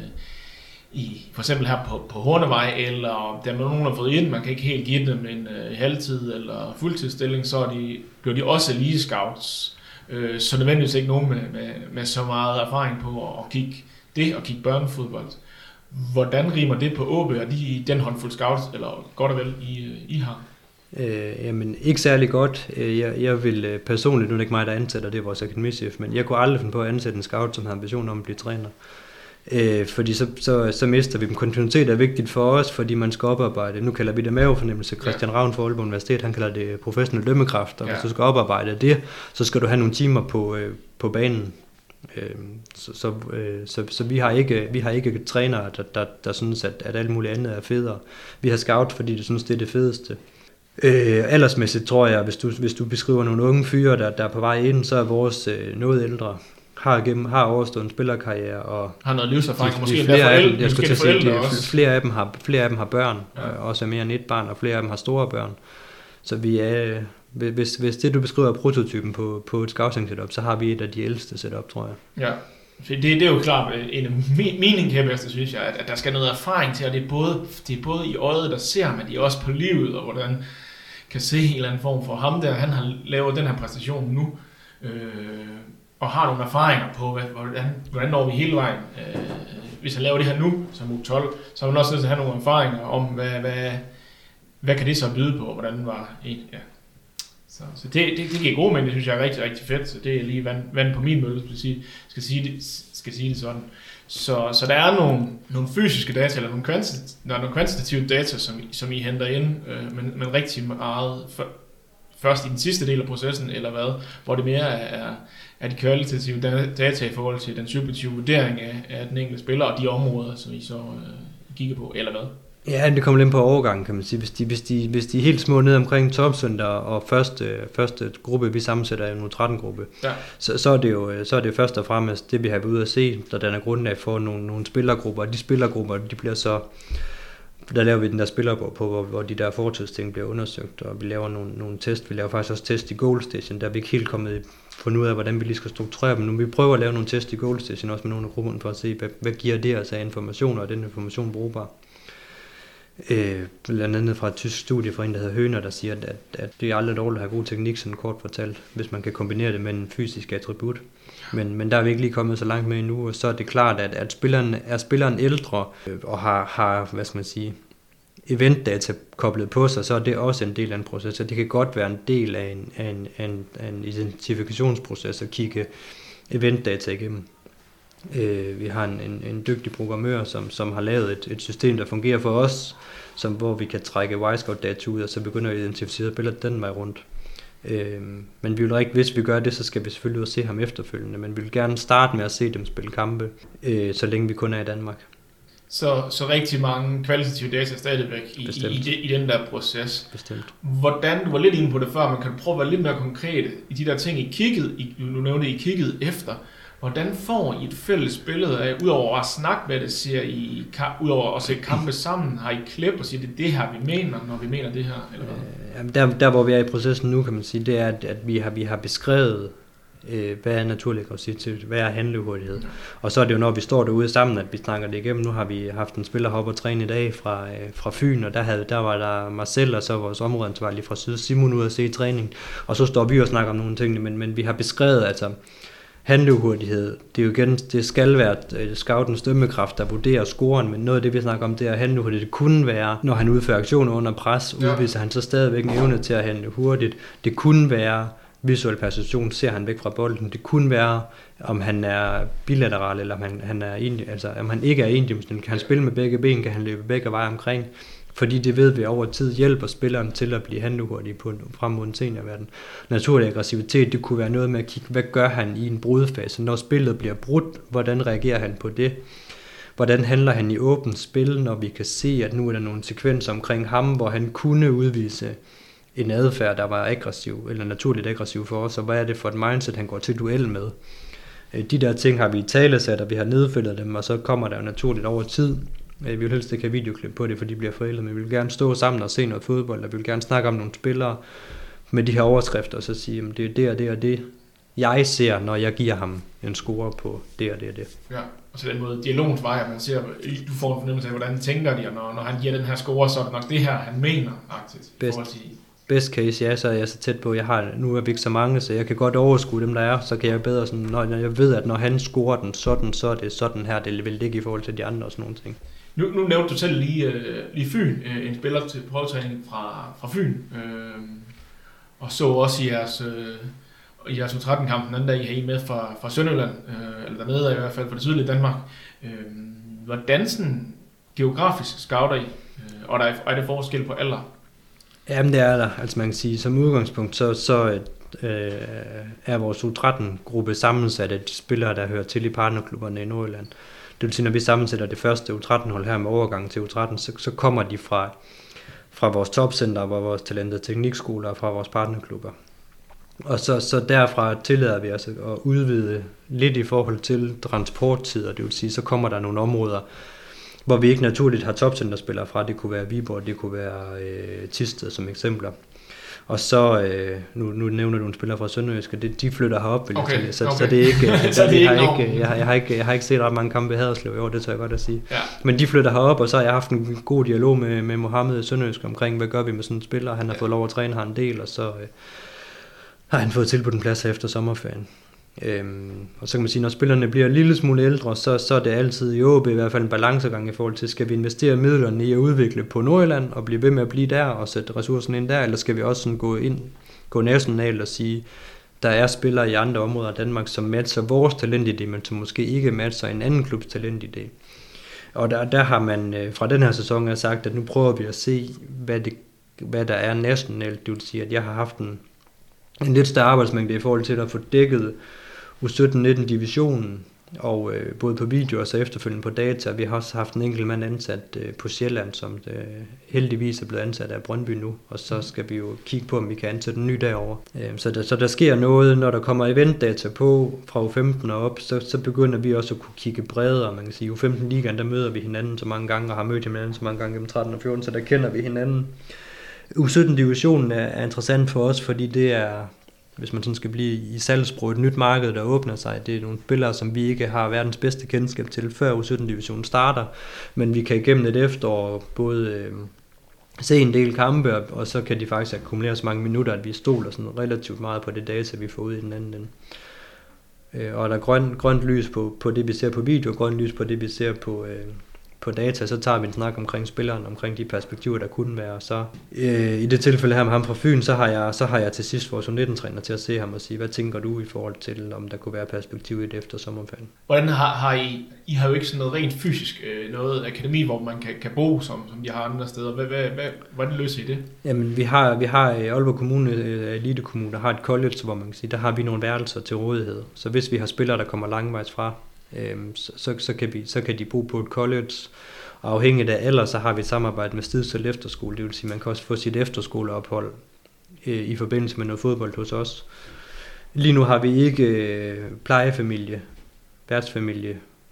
i for eksempel her på Hornevej, eller der er nogen, der har fået ind, man kan ikke helt give dem en halvtid eller fuldtidsstilling, så bliver de også lige scouts. Så nødvendigvis ikke nogen med så meget erfaring på at kigge børnefodbold. Hvordan rimer det på OB, og den håndfuld scouts, eller godt og vel, I har? Jamen, ikke særlig godt. Jeg vil personligt, nu er det ikke mig, der ansætter, det er vores akademichef, men jeg kunne aldrig finde på at ansætte en scout, som har ambition om at blive træner. Fordi så mister vi dem. Kontinuitet er vigtigt for os, fordi man skal oparbejde. Nu kalder vi det mavefornemmelse. Christian Ravn fra Aalborg Universitet, han kalder det professionel dømmekraft, og hvis du skal oparbejde det, så skal du have nogle timer på banen. Så vi har ikke trænere, der synes, at alt muligt andet er federe. Vi har scout, fordi de synes, det er det fedeste. Aldersmæssigt tror jeg, hvis du beskriver nogle unge fyre, der er på vej ind, så er vores noget ældre, har overstået en spillerkarriere og har noget livserfaring, måske flere af dem har børn, også mere end et barn, og flere af dem har store børn. Så vi er, hvis det du beskriver er prototypen på et scouting setup, så har vi et af de ældste setup, tror jeg. Ja. Det er jo klart en af mine kæmperste, synes jeg, at der skal noget erfaring til, og det er både i øjet, der ser man, de er også på livet, og hvordan kan se en eller anden form for ham der, han har lavet den her præstation nu, og har nogle erfaringer på, hvordan når vi hele vejen. Hvis han laver det her nu, som U12, så er man også nødt til at have nogle erfaringer om, hvad kan det så byde på, og hvordan var en. Ja. Så det giver gode, men det synes jeg er rigtig, rigtig fedt, så det er lige vand på min mølle, skal sige det sådan. Så der er nogle fysiske data, eller nogle kvantitative data, som I henter ind, men rigtig meget først i den sidste del af processen, eller hvad, hvor det mere er de kvalitative data i forhold til den subjektive vurdering af den enkelte spiller, og de områder, som I så kigge på, eller hvad? Ja, det kommer lidt på overgangen, kan man sige. Hvis de er helt små ned omkring topcenter og første gruppe, vi sammensætter er en 13-gruppe, ja. så er det først og fremmest det, vi har været ude at se, der danner grundlag for nogle spillergrupper. Og de spillergrupper, de bliver så, der laver vi den der spillerbog på, hvor de der fortidsting bliver undersøgt, og vi laver nogle test. Vi laver faktisk også test i Goal Station, der er vi ikke helt fundet ud af, hvordan vi lige skal strukturere dem. Nu vi prøver at lave nogle test i Goal Station, også med nogle af grupperne, for at se, hvad giver det altså af informationer, og den information brugbar. Blandt andet fra et tysk studie fra en, der hedder Høner, der siger, at det er aldrig dårligt at have god teknik, sådan kort fortalt, hvis man kan kombinere det med en fysisk attribut. Men der er vi ikke lige kommet så langt med endnu, og så er det klart, at spilleren ældre og har, hvad skal man sige, eventdata koblet på sig, så er det også en del af en proces, så det kan godt være en del af en identifikationsproces at kigge eventdata igennem. Vi har en dygtig programmør, som har lavet et system, der fungerer for os, hvor vi kan trække Wisecout-data ud, og så begynder vi at identificere billedet den vej rundt. Men vi vil ikke, hvis vi gør det, så skal vi selvfølgelig også se ham efterfølgende, men vi vil gerne starte med at se dem spille kampe, så længe vi kun er i Danmark. Så rigtig mange kvalitative data stadigvæk i den der proces. Bestemt. Hvordan, du var lidt inde på det før, man kan prøve at være lidt mere konkret i de der ting, nu nævnte I kigget efter. Hvordan får I et fælles billede af, udover at snakke med det, udover at se kampe sammen, har I klip og siger, det er det her, vi mener, når vi mener det her? Eller hvad? Der hvor vi er i processen nu, kan man sige, det er, at vi har beskrevet, hvad er naturlig aggressivitet, hvad er handlehurtighed. Og så er det jo, når vi står derude sammen, at vi snakker det igennem. Nu har vi haft en spiller hoppe og træne i dag fra Fyn, og der var der Marcel, og så vores områdeansvarlige fra Syd, Simon, ude at se træning. Og så står vi og snakker om nogle ting, men vi har beskrevet, altså handlehurtighed, det er jo igen, det skal være scoutens dømmekraft, der vurderer scoren, men noget af det, vi snakker om, det er handlehurtighed. Det kunne være, når han udfører aktioner under pres, udviser han så stadigvæk en evne til at handle hurtigt. Det kunne være visuel perception, ser han væk fra bolden. Det kunne være, om han er bilateral, eller om han er om han ikke er endimensionel. Kan han spille med begge ben, kan han løbe begge veje omkring. Fordi det ved vi over tid hjælper spilleren til at blive handlehurtig frem mod en seniorverden. Naturlig aggressivitet, det kunne være noget med at kigge, hvad gør han i en brudfase? Når spillet bliver brudt, hvordan reagerer han på det? Hvordan handler han i åbent spil, når vi kan se, at nu er der nogle sekvenser omkring ham, hvor han kunne udvise en adfærd, der var aggressiv, eller naturligt aggressiv for os, og hvad er det for et mindset, han går til duel med? De der ting har vi i talesat, og vi har nedfældet dem, og så kommer der jo naturligt over tid. Vi vil helst ikke have videoklip på det, for de bliver forældet, men vi vil gerne stå sammen og se noget fodbold, og vi vil gerne snakke om nogle spillere med de her overskrifter, og så sige, at det er det og det og det, jeg ser, når jeg giver ham en score på det og det og det. Ja, og så den måde dialogens vej, at man ser, du får en fornemmelse af, hvordan tænker de, og når han giver den her score, så er det nok det her, han mener, faktisk. Best case, ja, så er jeg så tæt på, nu er vi ikke så mange, så jeg kan godt overskue dem, der er, så kan jeg bedre sådan, når jeg ved, at når han scorer den sådan, så er det sådan her, det vil ligge i forhold til de andre og sådan nogle ting. Nu nævnte du selv lige Fyn, en spiller til prøvetræning fra Fyn, og så også i jeres U13-kamp den anden dag, I har I med fra Sønderjylland, eller dernede i hvert fald, fra det sydlige Danmark. Hvordan sådan geografisk scouter I, og er det forskel på alder? Jamen det er der, altså man kan sige, som udgangspunkt, så er vores U13-gruppe sammensat af de spillere, der hører til i partnerklubberne i Nordjylland. Det vil sige, når vi sammensætter det første U13-hold her med overgang til U13, så kommer de fra vores topcenter, hvor vores talentede teknikskoler og fra vores partnerklubber. Og så derfra tillader vi altså at udvide lidt i forhold til transporttider. Det vil sige, så kommer der nogle områder, hvor vi ikke naturligt har topcenterspillere fra. Det kunne være Viborg, det kunne være Thisted som eksempler. Og så, nu nævner du en spiller fra Sønderjyske, de flytter herop, så det er ikke, jeg har ikke set ret mange kampe i Haderslev i år, det tør jeg godt at sige. Ja. Men de flytter herop, og så har jeg haft en god dialog med Mohammed i Sønderjyske omkring, hvad gør vi med sådan en spiller. Han har fået lov at træne her en del, og så har han fået tilbudt en plads efter sommerferien. Og så kan man sige, når spillerne bliver en lille smule ældre, så er det altid i OB i hvert fald en balancegang i forhold til, skal vi investere midlerne i at udvikle på Nordjylland og blive ved med at blive der og sætte ressourcerne ind der, eller skal vi også sådan gå nationalt og sige, der er spillere i andre områder af Danmark, som matcher vores talentidé, men som måske ikke matcher en anden klubs talentidé. Og der har man fra den her sæson sagt, at nu prøver vi at se, hvad der er nationalt. Det vil sige, at jeg har haft en lidt større arbejdsmængde i forhold til at få dækket U17-19 divisionen, Og både på video og så efterfølgende på data. Vi har også haft en enkelt mand ansat på Sjælland, som heldigvis er blevet ansat af Brøndby nu. Og så skal vi jo kigge på, om vi kan ansætte en ny derovre. Så der sker noget, når der kommer eventdata på fra U15 og op, så begynder vi også at kunne kigge bredere. Man kan sige, U15-ligaen, der møder vi hinanden så mange gange, og har mødt hinanden så mange gange gennem 13 og 14, så der kender vi hinanden. U17-divisionen er interessant for os, fordi det er, hvis man sådan skal blive i salgsbrug, et nyt marked, der åbner sig. Det er nogle spillere, som vi ikke har verdens bedste kendskab til, før U17-divisionen starter. Men vi kan igennem et efterår både se en del kampe, og så kan de faktisk akkumulere så mange minutter, at vi stoler sådan relativt meget på det data, vi får ud i den anden ende. Og der er grønt lys på det, vi ser på video, og grønt lys på det, vi ser på data, så tager vi en snak omkring spilleren, omkring de perspektiver, der kunne være. Og så i det tilfælde her med ham fra Fyn, så har jeg til sidst vores U19-træner til at se ham og sige, hvad tænker du i forhold til, om der kunne være perspektiv i det efter sommerferien? Hvordan har I har jo ikke sådan noget rent fysisk noget akademi, hvor man kan bo, som de har andre steder. Hvordan løser I det? Jamen, vi har Aalborg Kommune, Elite Kommune, der har et college, hvor man kan sige, der har vi nogle værelser til rådighed. Så hvis vi har spillere, der kommer langvejs fra, så kan de bo på et college, og afhængigt af alder, så har vi et samarbejde med Stidsel Efterskole, det vil sige, man kan også få sit efterskoleophold i forbindelse med noget fodbold hos os. Lige nu har vi ikke plejefamilie, værtsfamilie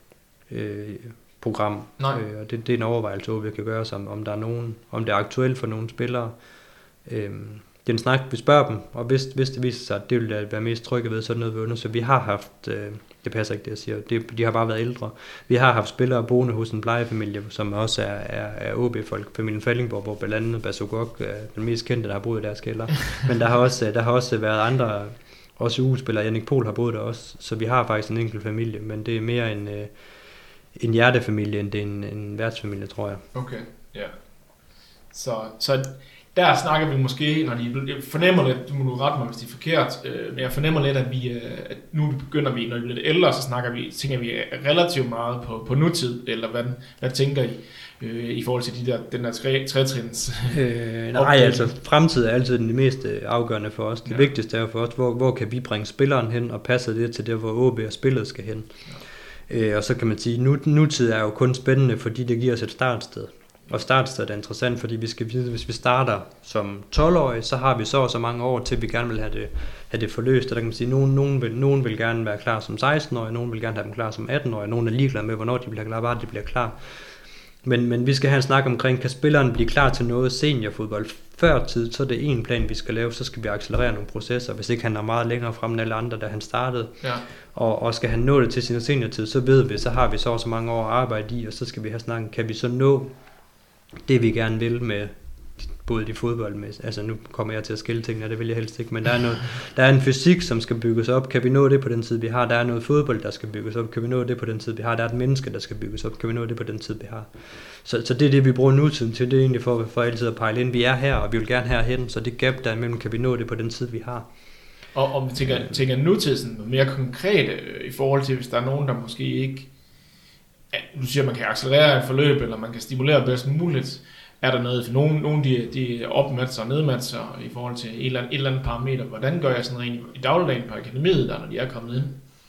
program, og det er en overvejelse, hvor vi kan gøre sig, om der er nogen, om det er aktuelt for nogle spillere. Det er en snak, vi spørger dem, og hvis det viser sig, at det vil være mest trygge ved, så er det noget, vi undersøger. Vi har haft, det passer ikke det, jeg siger, de har bare været ældre. Vi har haft spillere boende hos en plejefamilie, som også er OB-folk, familien Fallingborg, hvor blandt andet Basogok er den mest kendte, der har boet i deres kælder. Men der har også været andre, også U-spillere, Jannik Pohl har boet der også, så vi har faktisk en enkelt familie, men det er mere en hjertefamilie, end det er en værtsfamilie, tror jeg. Okay, ja. Så der snakker vi måske, når de fornemmer lidt, du må rette mig, hvis det er forkert, men jeg fornemmer lidt, at at nu begynder vi, når vi bliver lidt ældre, så tænker vi relativt meget på nutid, eller hvad tænker I i forhold til den der trætrins? Nej, altså fremtid er altid den mest afgørende for os. Det vigtigste er for os, hvor kan vi bringe spilleren hen, og passer det til der, hvor OB og spillet skal hen. Og så kan man sige, nutid er jo kun spændende, fordi det giver os et startsted. Og startstedet er interessant, fordi vi skal vide, hvis vi starter som 12-årige, så har vi så mange år til, vi gerne vil have det forløst. Og der kan man sige, nogen vil gerne være klar som 16-årige, nogen vil gerne have dem klar som 18-årige, nogen er ligeglade med, hvornår de bliver klar, bare de bliver klar. Men vi skal have en snak omkring, kan spilleren blive klar til noget seniorfodbold før tid, så er det en plan, vi skal lave, så skal vi accelerere nogle processer, hvis ikke han er meget længere frem end alle andre, da han startede. Ja. Og skal han nå det til sin seniortid, så ved vi, så har vi så mange år at arbejde i, og så skal vi have snakken, kan vi så nå det vi gerne vil med både de fodboldmæssigt, altså nu kommer jeg til at skille tingene, det vil jeg helst ikke, men der er en fysik, som skal bygges op, kan vi nå det på den tid vi har, der er noget fodbold, der skal bygges op, kan vi nå det på den tid vi har, der er et menneske, der skal bygges op, kan vi nå det på den tid vi har. Så det er det, vi bruger nutiden til, det er egentlig for altid at pejle ind, vi er her, og vi vil gerne herhen, så det gap der imellem, kan vi nå det på den tid vi har. Og vi tænker nutid sådan mere konkret i forhold til, hvis der er nogen, der måske ikke, du siger, man kan accelerere et forløb, eller man kan stimulere bedst muligt. Er der noget, for nogen de opmatcher og nedmatcher i forhold til et eller andet parameter. Hvordan gør jeg sådan rent i dagligdagen på akademiet, der når de er kommet ind?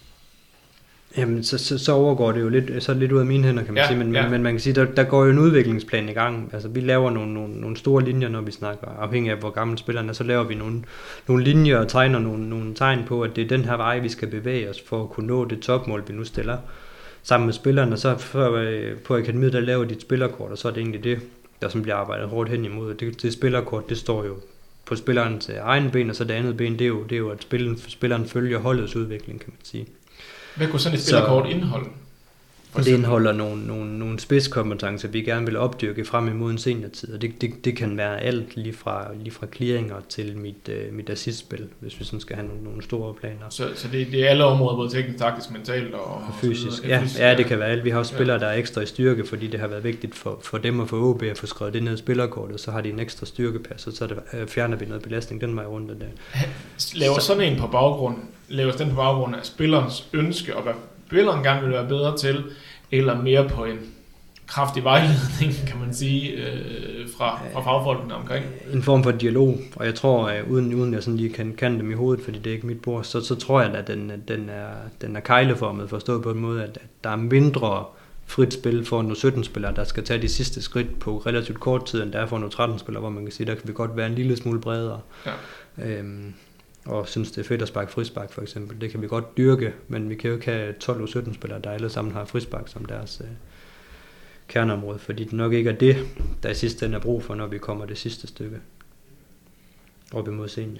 Jamen, så overgår det jo lidt ud af mine hænder, kan man sige. Men man kan sige, der går jo en udviklingsplan i gang. Altså, vi laver nogle store linjer, når vi snakker, afhængig af hvor gammel spilleren er, så laver vi nogle linjer og tegner nogle tegn på, at det er den her vej, vi skal bevæge os for at kunne nå det topmål, vi nu stiller sammen med spillerne, og så på akademiet, der laver de et spillerkort, og så er det egentlig det, der som bliver arbejdet hårdt hen imod. Det spillerkort, det står jo på spillerens egen ben, og så det andet ben, det er jo at spilleren følger holdets udvikling, kan man sige. Hvad kunne sådan et spillerkort indeholde? Det indeholder nogle spidskompetencer, vi gerne vil opdyrke frem imod en seniortid, og det kan være alt lige fra clearinger til mit assistspil, hvis vi sådan skal have nogle store planer. Så det er alle områder, både teknisk, taktisk, mentalt og fysisk. Ja, det kan være alt. Vi har også spillere, der er ekstra i styrke, fordi det har været vigtigt for dem at få OB at få skrevet det ned i spillerkortet, så har de en ekstra styrkepas, og så fjerner vi noget belastning den vej rundt. Laver sådan en på baggrund af spillerens ønske, og hvad spilleren gerne vil være bedre til, eller mere på en kraftig vejledning, kan man sige, fra fagfolkene omkring? En form for dialog, og jeg tror, uden jeg sådan lige kan dem i hovedet, fordi det er ikke mit bord, så tror jeg, at den er kejleformet, forstået på en måde, at der er mindre frit spil for en 17-spiller, der skal tage de sidste skridt på relativt kort tid, end der er for en 13-spiller, hvor man kan sige, der kan vi godt være en lille smule bredere. Ja. Og synes, det er fedt at sparke frispark for eksempel. Det kan vi godt dyrke, men vi kan jo ikke have 12 og 17-spillere, der alle sammen har frispark som deres kerneområde, fordi det nok ikke er det, der i sidste ende er brug for, når vi kommer det sidste stykke op imod senior.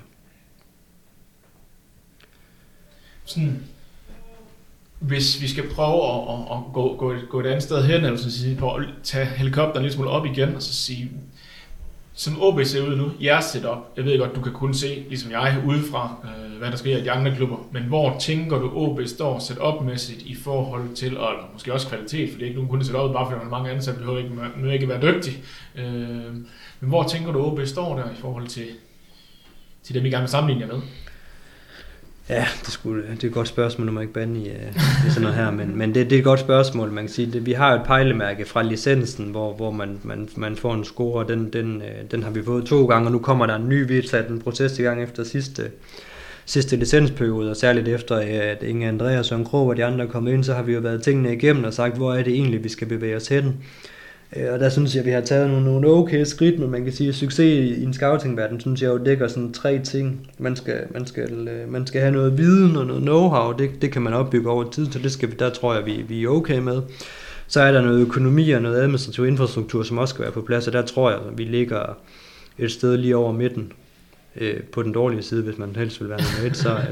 Sådan, hvis vi skal prøve at gå et andet sted hen, eller så sige, på at tage helikopteren lidt smule op igen, og så sige, som OB ser ud nu, jeres setup, jeg ved godt, du kan kun se, ligesom jeg, udefra, hvad der sker i de andre klubber, men hvor tænker du, OB står setup-mæssigt i forhold til, og måske også kvalitet, for det er ikke nogen kun setup, bare fordi man har mange ansatte, behøver ikke være dygtig. Men hvor tænker du, OB står der i forhold til dem, I gerne vil sammenligne med? Ja, det er et godt spørgsmål, når man ikke bande i sådan noget her, men det er et godt spørgsmål, man kan sige. Vi har et pejlemærke fra licensen, hvor man får en score, og den har vi fået 2 gange, og nu kommer der en ny, vi har sat en proces i gang efter sidste licensperiode, og særligt efter, at Inge Andreas og Søren Krog og de andre er kommet ind, så har vi jo været tingene igennem og sagt, hvor er det egentlig, vi skal bevæge os hen. Og der synes jeg, at vi har taget nogle okay skridt, men man kan sige, at succes i en scouting-verden, synes jeg jo dækker sådan 3 ting. Man skal have noget viden og noget know-how, det kan man opbygge over tid, så der tror jeg, vi er okay med. Så er der noget økonomi og noget administrativ infrastruktur, som også skal være på plads, og der tror jeg, at vi ligger et sted lige over midten på den dårlige side, hvis man helst vil være nummer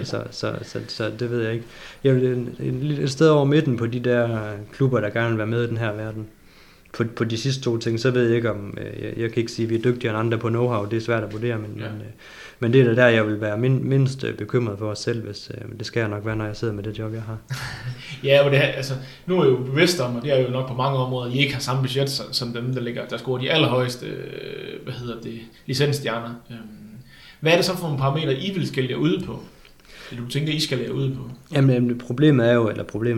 1, så det ved jeg ikke. Jeg vil et sted over midten på de der klubber, der gerne vil være med i den her verden. På de sidste 2 ting, så ved jeg ikke om, jeg kan ikke sige, at vi er dygtigere end andre på know-how, det er svært at vurdere, men det er der, jeg vil være mindst bekymret for os selv, hvis det skal jeg nok være, når jeg sidder med det job, jeg har. Ja, og det her, altså, nu er jeg jo bevidst om, og det er jo nok på mange områder, I ikke har samme budget som dem, der scorer de allerhøjeste, licensstjerner. Hvad er det så for nogle parametre, I vil skælde jer ude på? Du tænker, I skal lære ud på? Jamen, problemet er,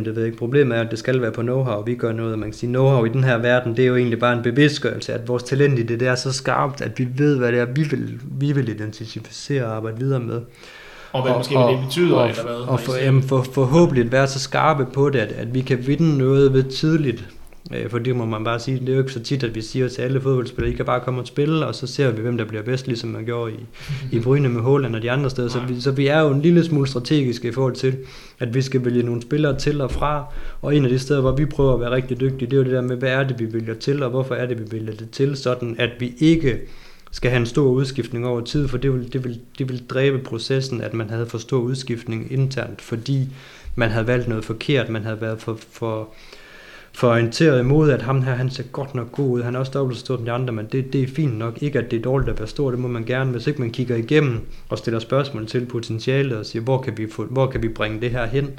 at det skal være på know-how. Vi gør noget, man kan sige, know-how i den her verden, det er jo egentlig bare en bevidstgørelse, at vores talent i det er så skarpt, at vi ved, hvad det er, vi vil identificere og arbejde videre med. Og hvad det betyder, eller hvad? Og forhåbentlig være så skarpe på det, at vi kan vinde noget ved tidligt. For det må man bare sige, det er jo ikke så tit, at vi siger til alle fodboldspillere, I kan bare komme og spille, og så ser vi, hvem der bliver bedst, ligesom man gjorde i Bryne med Haaland og de andre steder. Så vi er jo en lille smule strategiske i forhold til, at vi skal vælge nogle spillere til og fra, og en af de steder, hvor vi prøver at være rigtig dygtige, det er jo det der med, hvad er det, vi vælger til, og hvorfor er det, vi vælger det til, sådan at vi ikke skal have en stor udskiftning over tid, for det vil dræbe processen, at man havde for stor udskiftning internt, fordi man havde valgt noget forkert, man havde været for orienteret imod, at ham her, han ser godt nok god ud, han er også dobbelt så stor som de andre, men det er fint nok, ikke at det er dårligt at være stor, det må man gerne, hvis ikke man kigger igennem og stiller spørgsmål til potentialet og siger, hvor kan vi bringe det her hen,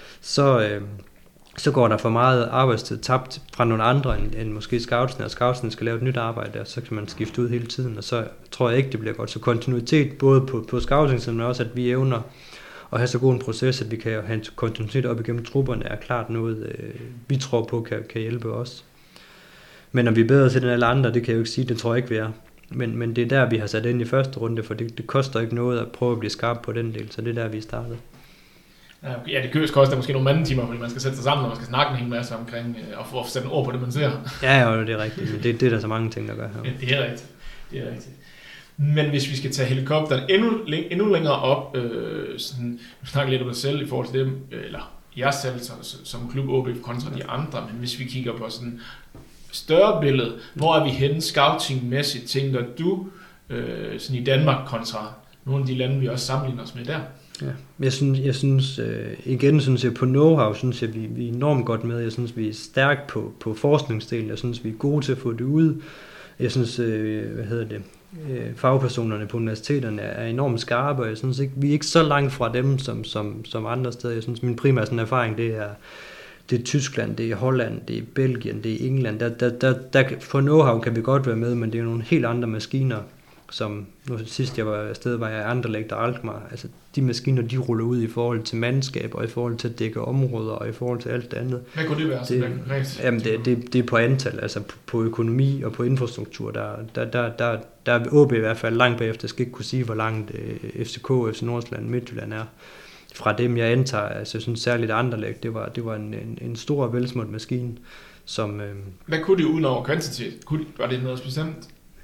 så går der for meget arbejdstid tabt fra nogle andre end måske scoutsen, og scoutsen skal lave et nyt arbejde, og så kan man skifte ud hele tiden, og så tror jeg ikke, det bliver godt. Så kontinuitet både på scouting, men også, at vi evner at have så god en proces, at vi kan have en kontinuitet op igennem trupperne, er klart noget, vi tror på kan hjælpe os. Men om vi er bedre til den alle andre, det kan jeg jo ikke sige, det tror jeg ikke, vi er. Men det er der, vi har sat ind i første runde, for det koster ikke noget at prøve at blive skarp på den del, så det er der, vi startede. Ja, det koster måske nogle mandetimer, fordi man skal sætte sig sammen, og man skal snakke en hel masse omkring, og få sat en ord på det, man ser. Ja, det er rigtigt. Det er der så mange ting, der gør her. Det er rigtigt. Men hvis vi skal tage helikopteren endnu længere op, sådan, vi snakker lidt om det selv i forhold til dem, eller jeg selv som klub OB kontra de andre, men hvis vi kigger på sådan større billede, hvor er vi henne scouting-mæssigt, tænker du, sådan i Danmark kontra nogle af de lande, vi også sammenligner os med der? Ja, jeg synes jeg på know-how, synes jeg, vi er enormt godt med. Jeg synes, vi er stærke på forskningsdelen. Jeg synes, vi er gode til at få det ud. Jeg synes, fagpersonerne på universiteterne er enormt skarpe, og jeg synes ikke, vi er ikke så langt fra dem som andre steder. Jeg synes, min primære sådan erfaring, det er Tyskland, det er Holland, det er Belgien, det er England. Der for know-how kan vi godt være med, men det er jo nogle helt andre maskiner, som nu sidst jeg var afsted, var jeg i Anderlecht og Alkmaar. Altså de maskiner, de ruller ud i forhold til mandskab, og i forhold til at dække områder, og i forhold til alt det andet. Hvad kunne det være? Jamen det er på antal, altså på økonomi og på infrastruktur. Der er OB i hvert fald langt bagefter. Jeg skal ikke kunne sige, hvor langt FCK, FC Nordsjælland, Midtjylland er. Fra dem, jeg antager, altså jeg synes særligt Anderlecht, det var en stor og velsmurt maskine, som... Hvad kunne det uden over kvantitet? Var det noget bestemt?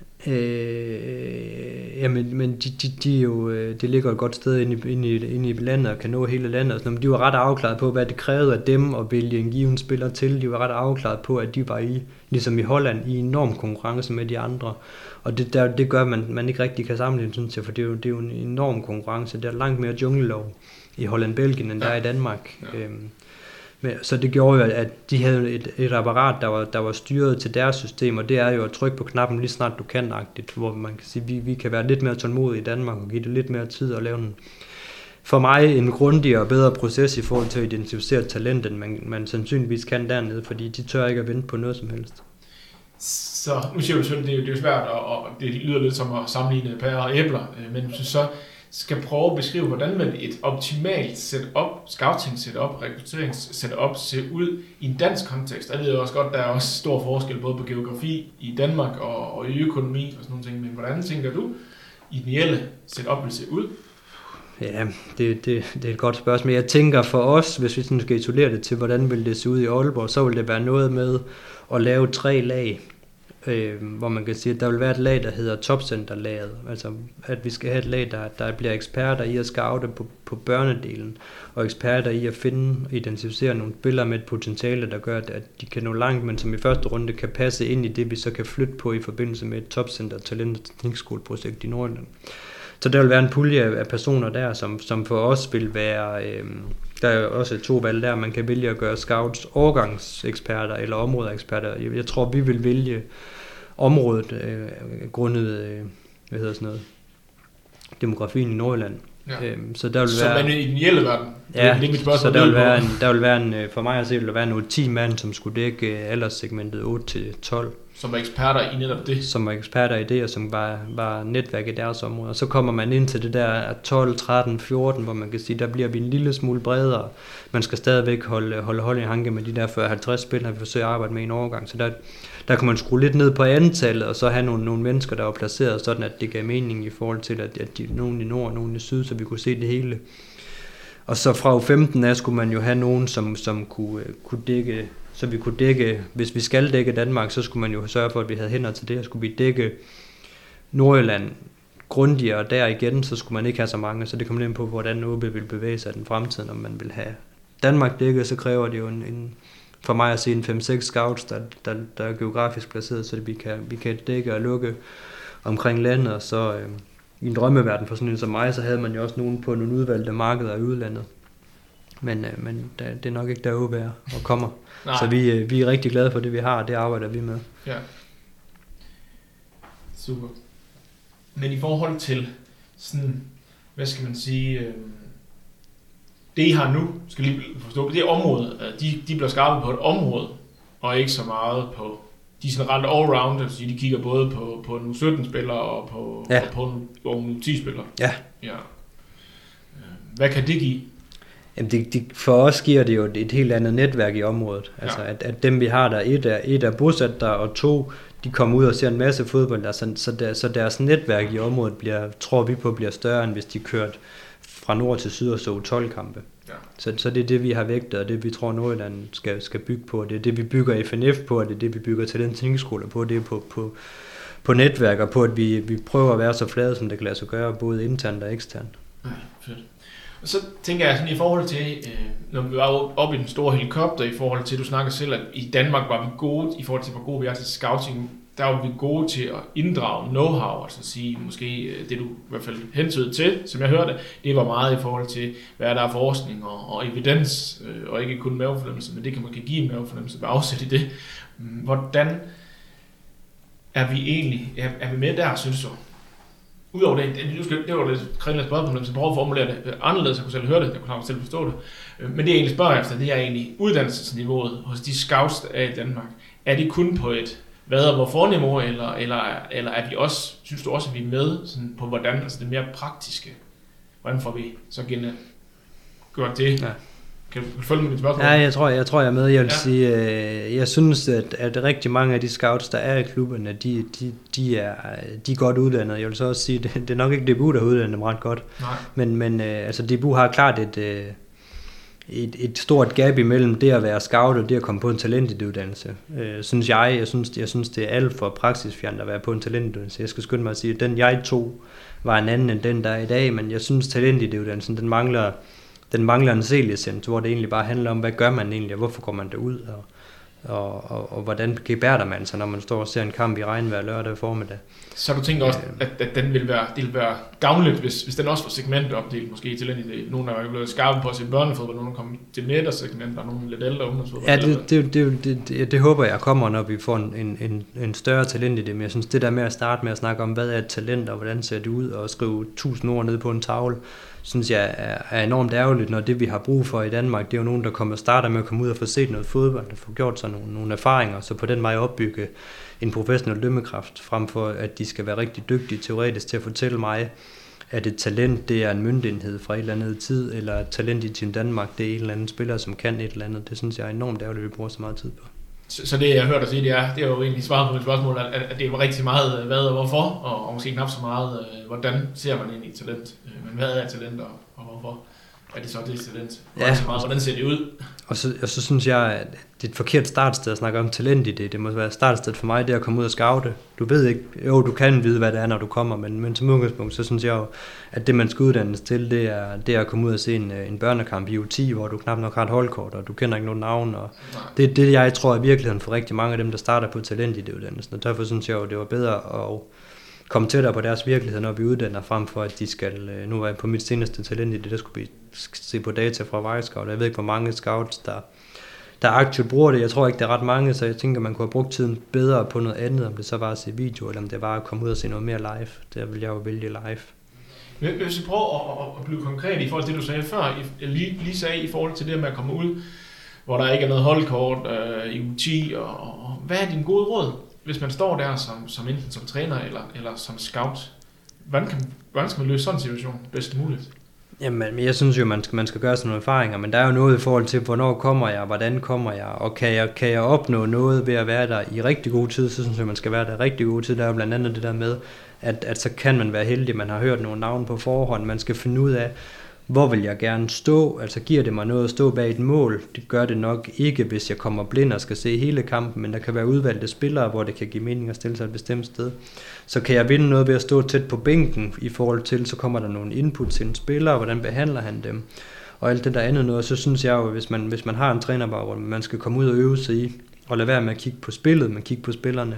Men de er jo, det ligger et godt sted inde i landet og kan nå hele landet. Og sådan, men de var ret afklaret på, hvad det krævede af dem at vælge en given spiller til. De var ret afklaret på, at de var ligesom i Holland, i enorm konkurrence med de andre. Og det gør, man ikke rigtig kan sammenligne, synes jeg, for det er jo en enorm konkurrence. Der er langt mere junglelov i Holland-Belgien, end der er i Danmark. Ja. Så det gjorde jo, at de havde et apparat, der var styret til deres system, og det er jo at trykke på knappen lige snart du kan-agtigt, hvor man kan sige, vi kan være lidt mere tålmodige i Danmark og give det lidt mere tid at lave for mig en grundigere og bedre proces i forhold til at identificere talent, end man sandsynligvis kan dernede, fordi de tør ikke at vente på noget som helst. Så nu siger du selvfølgelig, det er jo svært, og det lyder lidt som at sammenligne pærer og æbler, men hvis du så skal prøve at beskrive, hvordan man et optimalt setup, scouting setup, rekrutterings setup ser ud i en dansk kontekst. Jeg ved også godt, der er også stor forskel både på geografi i Danmark og i økonomi og sådan nogle ting, men hvordan tænker du, ideelle setup vil se ud? Ja, det er et godt spørgsmål. Jeg tænker for os, hvis vi sådan skal isolere det til, hvordan vil det se ud i Aalborg, så vil det være noget med at lave 3 lag, hvor man kan sige, at der vil være et lag, der hedder topcenterlaget, altså at vi skal have et lag, der bliver eksperter i at scoute på børnedelen, og eksperter i at identificere nogle spillere med et potentiale, der gør, at de kan nå langt, men som i første runde kan passe ind i det, vi så kan flytte på i forbindelse med et topcenter talent- og teknikskoleprojekt i Nordjylland. Så der vil være en pulje af personer der, som for os vil være, der er også 2 valg der, man kan vælge at gøre scouts årgangseksperter eller områdeeksperter. Jeg tror, vi vil vælge området grundet, demografien i Nordjylland. Ja. Så der vil være... Som i den ideelle verden? Ja, så der vil være en, for mig at se, vil der være nogle 10 mand, som skulle dække alderssegmentet 8-12. Som er eksperter i netop det? Som er eksperter i det, og som var netværk i deres område. Og så kommer man ind til det der 12, 13, 14, hvor man kan sige, der bliver vi en lille smule bredere. Man skal stadigvæk holde i hanke med de der 40-50 spillere, vi forsøger at arbejde med i en overgang. Så der kan man skrue lidt ned på antallet, og så have nogle mennesker, der var placeret, sådan at det gav mening i forhold til, at de nogen i nord og nogen i syd, så vi kunne se det hele. Og så fra U15 af skulle man jo have nogen, som kunne dække, så vi kunne dække, hvis vi skal dække Danmark, så skulle man jo sørge for, at vi havde hænder til det, og skulle vi dække Nordjylland grundigere der igen, så skulle man ikke have så mange, så det kommer ind på, hvordan OB vil bevæge sig i den fremtid, når man vil have Danmark dækket, så kræver det jo for mig at se en 5-6 scouts, der er geografisk placeret, så vi kan dække og lukke omkring landet, og så i en drømmeverden for sådan en som mig, så havde man jo også nogen på nogle udvalgte markeder i udlandet. Men det er nok ikke der OB er og kommer. Nej. Så vi er rigtig glade for det, vi har, og det arbejder vi med. Ja. Super. Men i forhold til sådan, hvad skal man sige, det I har nu, skal lige forstå, det område, de bliver skarpe på et område, og ikke så meget på, de er sådan ret all-round, så de kigger både på nogle 17 spillere og på nogle 10 spillere. Ja. Hvad kan det give? Jamen for os giver det jo et helt andet netværk i området. Altså at dem vi har der, et er bosat der, og 2, de kommer ud og ser en masse fodbold der, så deres netværk i området tror vi på bliver større, end hvis de kørte fra nord til syd og så 12 kampe. Ja. Så det er det vi har vægtet, og det vi tror Nordjylland skal bygge på, det er det vi bygger FNF på, og det er det vi bygger talent-teknikskoler på, det er på netværk, og på at vi prøver at være så flade som det kan lade sig gøre, både internt og eksternt. Ja, fedt. Og så tænker jeg sådan i forhold til, når vi var oppe i den store helikopter, i forhold til, du snakker selv, at i Danmark var vi gode, i forhold til hvor gode vi er til scouting, der var vi gode til at inddrage know-how, altså sige måske det du i hvert fald hentede til, som jeg hørte, det var meget i forhold til, hvad der er forskning og evidens, og ikke kun mavefornemmelse, men det kan man kan give en mavefornemmelse ved afsæt i det. Hvordan er vi egentlig, er vi med der, synes du? Udover det var lidt kringlet spørgsmål, men så prøver at formulere det anderledes, jeg kunne selv høre det, jeg kunne selv forstå det. Men det jeg egentlig spørger efter, det er egentlig uddannelsesniveauet hos de scouts, der er i Danmark. Er det kun på et hvad hvor forniveau, eller er vi også, synes du også, at vi er med sådan på hvordan, altså det mere praktiske, hvordan får vi så gjort det? Ja. Kan du følge med mit spørgsmål? Ja, jeg tror, jeg er med. Jeg vil sige, jeg synes, at rigtig mange af de scouts, der er i klubberne, de er godt uddannet. Jeg vil så også sige, at det er nok ikke DBU, der er uddannet dem ret godt. Nej. Men altså, DBU har klart et stort gab imellem det at være scout og det at komme på en talentuddannelse. Synes jeg synes, det er alt for praksisfjernt at være på en talentuddannelse. Jeg skal skynde mig at sige, at den jeg tog var en anden end den, der er i dag, men jeg synes, talentuddannelsen, den mangler en C-licens, hvor det egentlig bare handler om, hvad gør man egentlig, og hvorfor går man derud, og hvordan gebærder man sig, når man står og ser en kamp i regnvejr lørdag formiddag. Så du tænker også, at den vil være gavnligt, hvis den også var segmentopdelt, måske til den idé. Nogle er jo blevet skarpe på at se børnefodbold, nogle er kommet til midtersegment, og nogle lidt ældre ungdomsfodbold. Ja, det håber jeg kommer, når vi får en større talent i det, men jeg synes, det der med at starte med at snakke om, hvad er et talent, og hvordan ser det ud, og skrive 1000 ord ned på en tavle, synes jeg er enormt ærgerligt, når det vi har brug for i Danmark, det er jo nogen, der starter med at komme ud og få set noget fodbold, og få gjort sig nogle erfaringer, så på den vej opbygge en professionel dømmekraft, frem for at de skal være rigtig dygtige teoretisk til at fortælle mig, at et talent, det er en myndighed fra et eller andet tid, eller et talent i Team Danmark, det er en eller anden spiller, som kan et eller andet. Det synes jeg er enormt ærgerligt, at vi bruger så meget tid på. Så det, jeg hørte dig sige, det er jo egentlig svaret på mit spørgsmål, at det var rigtig meget hvad og hvorfor, og måske knap så meget, hvordan ser man egentlig et talent. Men hvad er et talent, og hvorfor er det så det talent? Hvordan ser det ud? Og så synes jeg, at det er et forkert startsted at snakke om talent i det. Det må være et startsted for mig, det er at komme ud og scoute. Du ved ikke, du kan vide, hvad det er, når du kommer, men som udgangspunkt, så synes jeg jo, at det, man skal uddannes til, det er at komme ud og se en børnekamp i U10, hvor du knap nok har et holdkort, og du kender ikke nogen navn. Og det er det, jeg tror er virkeligheden for rigtig mange af dem, der starter på talent i det uddannelsen. Og derfor synes jeg jo, det var bedre at komme tættere på deres virkelighed, når vi uddanner, frem for at de skal, nu var jeg på mit seneste talent i det, der skulle vi se på data fra Vejscout. Jeg ved ikke, hvor mange scouts, der aktivt bruger det. Jeg tror ikke, det er ret mange, så jeg tænker, man kunne have brugt tiden bedre på noget andet, om det så var at se video, eller om det var at komme ud og se noget mere live. Der vil jeg jo vælge live. Hvis vi prøver at blive konkret i forhold til det, du sagde før, lige sagde i forhold til det med at komme ud, hvor der ikke er noget holdkort i U10, og hvad er din gode råd, hvis man står der som enten som træner eller som scout? Hvordan skal man løse sådan en situation bedst muligt? Jamen, jeg synes jo, man skal gøre sådan nogle erfaringer, men der er jo noget i forhold til, hvornår kommer jeg, hvordan kommer jeg, og kan jeg opnå noget ved at være der i rigtig god tid, så synes jeg, man skal være der i rigtig god tid. Der er jo blandt andet det der med, at så kan man være heldig, man har hørt nogle navne på forhånd, man skal finde ud af, hvor vil jeg gerne stå, altså giver det mig noget at stå bag et mål. Det gør det nok ikke, hvis jeg kommer blind og skal se hele kampen, men der kan være udvalgte spillere, hvor det kan give mening at stille sig et bestemt sted. Så kan jeg vinde noget ved at stå tæt på bænken i forhold til, så kommer der nogle input til en spiller, hvordan behandler han dem, og alt det der andet noget. Så synes jeg jo, hvis man har en trænerbaggrund, man skal komme ud og øve sig i, og lade være med at kigge på spillet, men kigge på spillerne.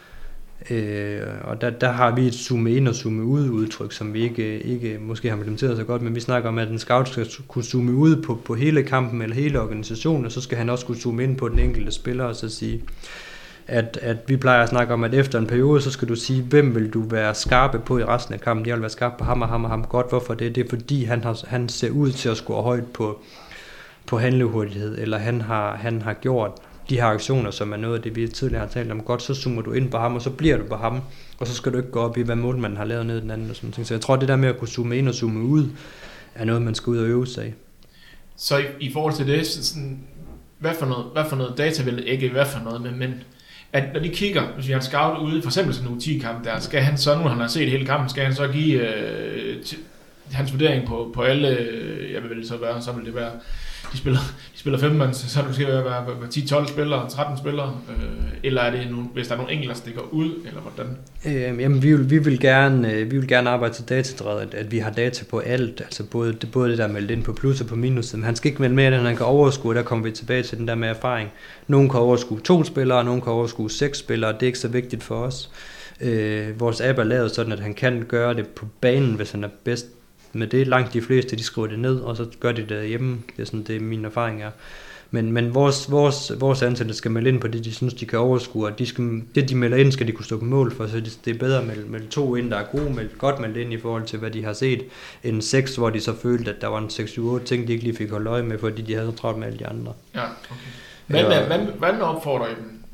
Og der har vi et zoome ind og zoome ud udtryk, som vi ikke måske har implementeret så godt, men vi snakker om, at en scout skal kunne zoome ud på hele kampen eller hele organisationen, og så skal han også kunne zoome ind på den enkelte spiller og så sige, at vi plejer at snakke om, at efter en periode, så skal du sige, hvem vil du være skarpe på i resten af kampen. Jeg vil være skarp på ham og ham og ham. Godt, hvorfor det? Det er fordi, han ser ud til at score højt på handlehurtighed, eller han har gjort de her aktioner, som er noget af det, vi tidligere har talt om. Godt, så zoomer du ind på ham, og så bliver du på ham, og så skal du ikke gå op i, hvad mål man har lavet ned i den anden. Og sådan ting. Så jeg tror, det der med at kunne zoome ind og zoome ud, er noget, man skal ud og øve sig i. Så i forhold til det, sådan, hvad for noget data vil ikke hvad for noget, men at når de kigger, hvis vi har en scout ude, for eksempel sådan en U10-kamp der, skal han så, nu han har set hele kampen, skal han så give hans vurdering på alle, jeg vil så være, så vil det være, de spiller 5 mand, så det måske være 10-12 spillere, 13 spillere, eller er det hvis der er nogle enkelte, der stikker ud, eller hvordan? Jamen, vi vil gerne arbejde til datadrevet, at vi har data på alt, altså både det der meldt ind på plus og på minus, men han skal ikke melde mere, end han kan overskue, der kommer vi tilbage til den der med erfaring. Nogen kan overskue 2 spillere, nogen kan overskue 6 spillere, det er ikke så vigtigt for os. Vores app er lavet sådan, at han kan gøre det på banen, hvis han er bedst med det. Langt de fleste, de skriver det ned, og så gør de det derhjemme. Det er sådan, det min erfaring er. Men vores ansatte skal melde ind på det, de synes, de kan overskue, og det, de melder ind, skal de kunne stå på mål for, så det er bedre at melde 2 ind, der er gode, godt meldt ind i forhold til, hvad de har set, end 6, hvor de så følte, at der var en 6-8 ting, de ikke lige fik holde øje med, fordi de havde så travlt med alle de andre. Ja, okay. Hvordan opfordrer I dem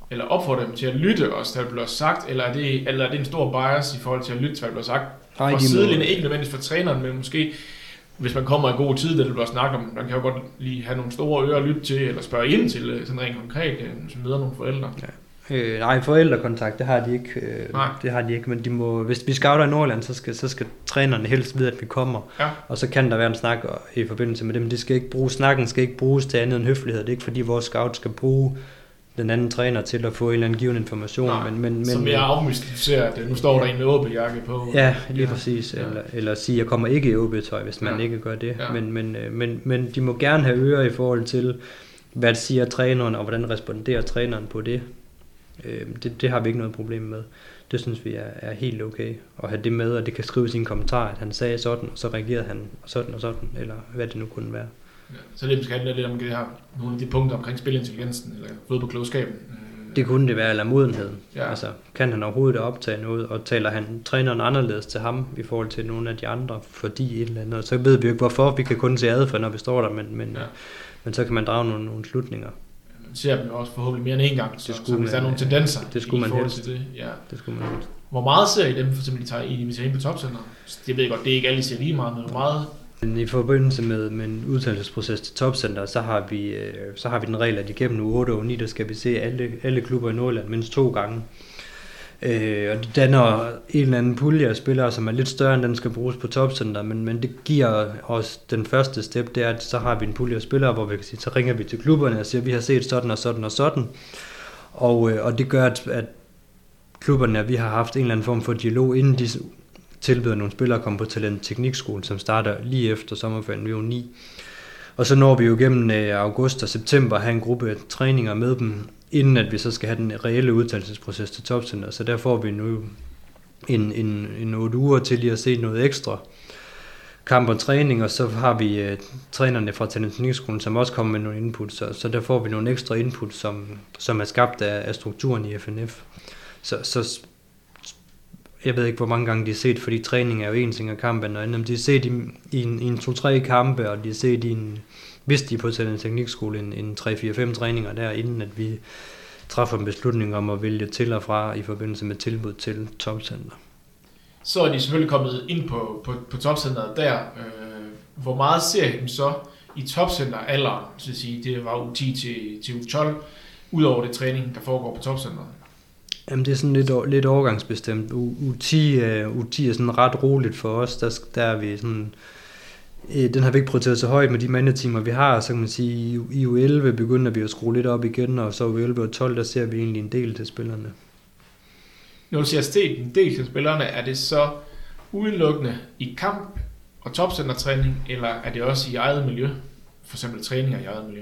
eller opfordre dem til at lytte også, til at blive sagt, eller er det en stor bias i forhold til at lytte til, hvad der bliver sagt? Og sidelinjen ikke nødvendigvis for træneren, men måske, hvis man kommer i god tid, det bliver snakket om, man kan jo godt lige have nogle store ører at lytte til, eller spørge ind til, sådan rent konkret, som møder nogle forældre. Ja. Nej, forældrekontakt, det har de ikke. Det har de ikke, men de må, hvis vi scouter i Nordland, så skal trænerne helst vide, at vi kommer. Ja. Og så kan der være en snak i forbindelse med dem. Snakken skal ikke bruges til andet end høflighed. Det er ikke fordi vores scout skal bruge den anden træner til at få en eller anden given information. Nej, men som jeg afmystificerer, at nu står der en med OB-jakke på. Ja, lige præcis. Ja. Eller sige, at jeg kommer ikke i OB-tøj, hvis man ikke gør det. Ja. Men de må gerne have ører i forhold til, hvad siger træneren, og hvordan responderer træneren på det. Det har vi ikke noget problem med. Det synes vi er helt okay at have det med, og det kan skrives i en kommentar, at han sagde sådan, og så reagerede han sådan og sådan, eller hvad det nu kunne være. Ja, så det skal handle lidt om det her, nogle af de punkter omkring spilintelligensen, eller fodboldklogskaben. Det kunne det være, eller modenheden. Ja. Altså, kan han overhovedet optage noget, og taler han træneren anderledes til ham, i forhold til nogle af de andre, fordi et eller andet. Så ved vi jo ikke hvorfor, vi kan kun se adfærd, når vi står der, men så kan man drage nogle slutninger. Man ser dem også forhåbentlig mere end en gang, så hvis der er nogle tendenser det skulle man helst. Til det. Ja. Det skulle man helst. Hvor meget ser I dem, for eksempel, I tager ind på topcenter? Det ved jeg godt, det er ikke alle, I ser lige meget, men hvor meget? I forbindelse med en uddannelsesproces til topcenter, så har vi den regel, at igennem uge 8 og 9, der skal vi se alle klubber i Nordland mindst 2 gange. Og de danner en eller anden pulje af spillere, som er lidt større end den skal bruges på topcenter, men det giver os den første step, det er, at så har vi en pulje af spillere, hvor vi kan sige, så ringer vi til klubberne og siger, at vi har set sådan og sådan og sådan. Og det gør, at klubberne, vi har haft en eller anden form for dialog, inden de tilbyder nogle spillere at komme på Talent-Teknikskolen, som starter lige efter sommerferien i uge 9. Og så når vi jo gennem august og september have en gruppe træninger med dem, inden at vi så skal have den reelle udtalelsesproces til topcenter. Så der får vi nu en 8 uger til lige at se noget ekstra kamp og træning, og så har vi trænerne fra Talent-Teknikskolen, som også kommer med nogle input, så der får vi nogle ekstra input, som er skabt af strukturen i FNF. Så jeg ved ikke, hvor mange gange de har set, fordi træning er jo en ting af kampen, og andet. De har set i en 2-3 kampe, og de har set hvis de er på Talent-Teknikskole, en 3-4-5 træninger der, inden at vi træffer en beslutning om at vælge til og fra i forbindelse med tilbud til topcenter. Så er de selvfølgelig kommet ind på topcenteret der. Hvor meget ser I dem så i topcenteralderen, så at sige, det var uge 10 til uge 12, udover det træning, der foregår på topcenteret? Jamen det er sådan lidt overgangsbestemt. Uge 10 er sådan ret roligt for os. Der er vi sådan, den har vi ikke prioriteret så højt med de mandetimer vi har. Så kan man sige, i uge 11 begynder vi at skrue lidt op igen, og så uge 11 og 12, der ser vi egentlig en del til spillerne. Når du siger set en del til spillerne, er det så udelukkende i kamp og topcentertræning, eller er det også i eget miljø? For eksempel træninger i eget miljø?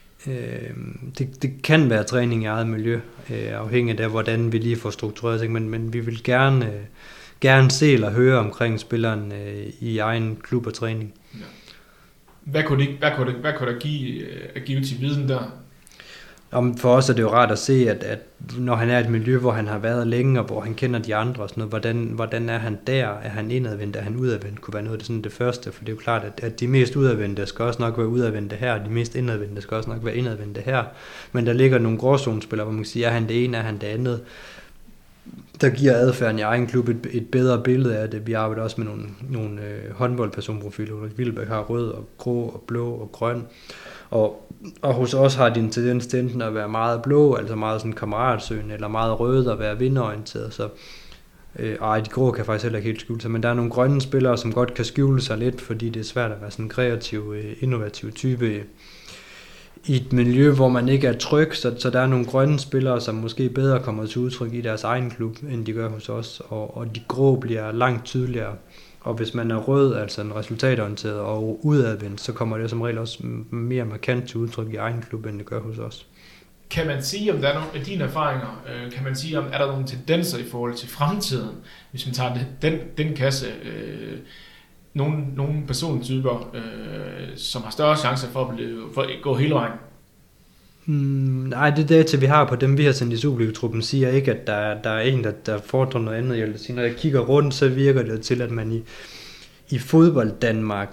Det kan være træning i eget miljø, afhængigt af hvordan vi lige får struktureret ting, men vi vil gerne se eller høre omkring spilleren i egen klub og træning. Ja. Hvad kunne der give til viden der? For os er det jo rart at se, at når han er i et miljø, hvor han har været længe, og hvor han kender de andre, og sådan noget, hvordan er han der? Er han indadvendt? Er han udadvendt? Kunne være noget af det første, for det er jo klart, at de mest udadvendte skal også nok være udadvendte her, og de mest indadvendte skal også nok være indadvendte her. Men der ligger nogle gråzonespillere, hvor man kan sige, er han det ene, er han det andet? Der giver adfærden i egen klub et bedre billede af det. Vi arbejder også med nogle håndboldpersonprofiler, hvor Vildbæk har rød og grå og blå og grøn. Og hos os har de en tendens til enten at være meget blå, altså meget sådan kammeratsøgende, eller meget røde og være vinderorienteret. Så de grå kan faktisk heller ikke helt skjule sig, men der er nogle grønne spillere, som godt kan skjule sig lidt, fordi det er svært at være sådan en kreativ, innovativ type i et miljø, hvor man ikke er tryg, så der er nogle grønne spillere, som måske bedre kommer til udtryk i deres egen klub, end de gør hos os, og de grå bliver langt tydeligere. Og hvis man er rød, altså en resultatorienteret og udadvendt, så kommer det som regel også mere markant til udtryk i egen klub, end det gør hos os. Kan man sige, om der er nogle af dine erfaringer, kan man sige, om er der nogle tendenser i forhold til fremtiden, hvis man tager den kasse, nogle persontyper, som har større chancer for at gå hele vejen? Nej, det data, vi har på dem, vi har sendt i Superliga-truppen, siger ikke, at der er en, der fordrer noget andet. Jeg vil sige, når jeg kigger rundt, så virker det til, at man i fodbold Danmark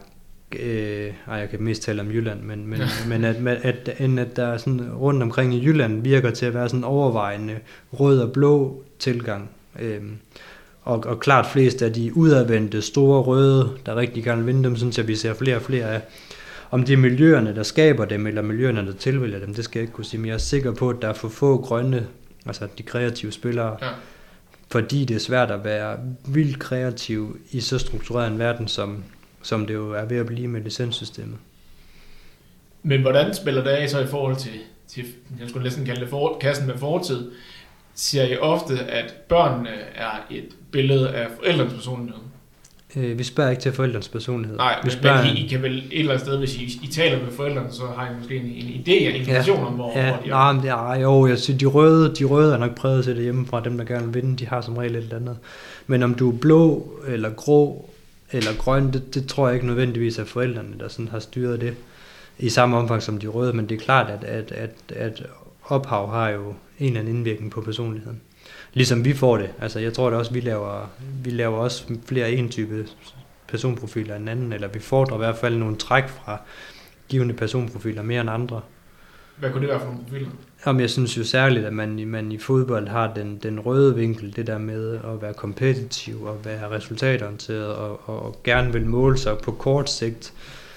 jeg kan mest tale om Jylland, men at der sådan rundt omkring i Jylland virker til at være sådan overvejende rød og blå tilgang. Og klart flest af de udadvendte store røde, der rigtig gerne vil vinde dem, synes jeg, vi ser flere og flere af. Om det er miljøerne, der skaber dem, eller miljøerne, der tilvælger dem, det skal jeg ikke kunne sige, men jeg er sikker på, at der er for få grønne, altså de kreative spillere, fordi det er svært at være vildt kreativ i så struktureret en verden, som det jo er ved at blive med licenssystemet. Men hvordan spiller det af så i forhold til jeg skulle næsten kalde det kassen med fortid? Siger I ofte, at børnene er et billede af forældrenes personlighed? Vi spørger ikke til forældrenes personlighed. Nej, men I kan vel et eller andet sted, hvis I taler med forældrene, så har I måske en idé og information om, hvor de er. Nej, men jeg synes, de røde er nok præget til det hjemmefra, dem der gerne vil vinde, de har som regel et eller andet. Men om du er blå, eller grå, eller grøn, det tror jeg ikke nødvendigvis er forældrene, der sådan har styret det i samme omfang som de røde, men det er klart, at ophav har jo en eller anden indvirkning på personligheden. Ligesom vi får det. Altså jeg tror da også, vi laver også flere en type personprofiler end anden, eller vi fordrer i hvert fald nogle træk fra givende personprofiler mere end andre. Hvad kunne det være for nogle profiler? Jamen, jeg synes jo særligt, at man i fodbold har den røde vinkel, det der med at være kompetitiv og være resultatorienteret og gerne vil måle sig på kort sigt.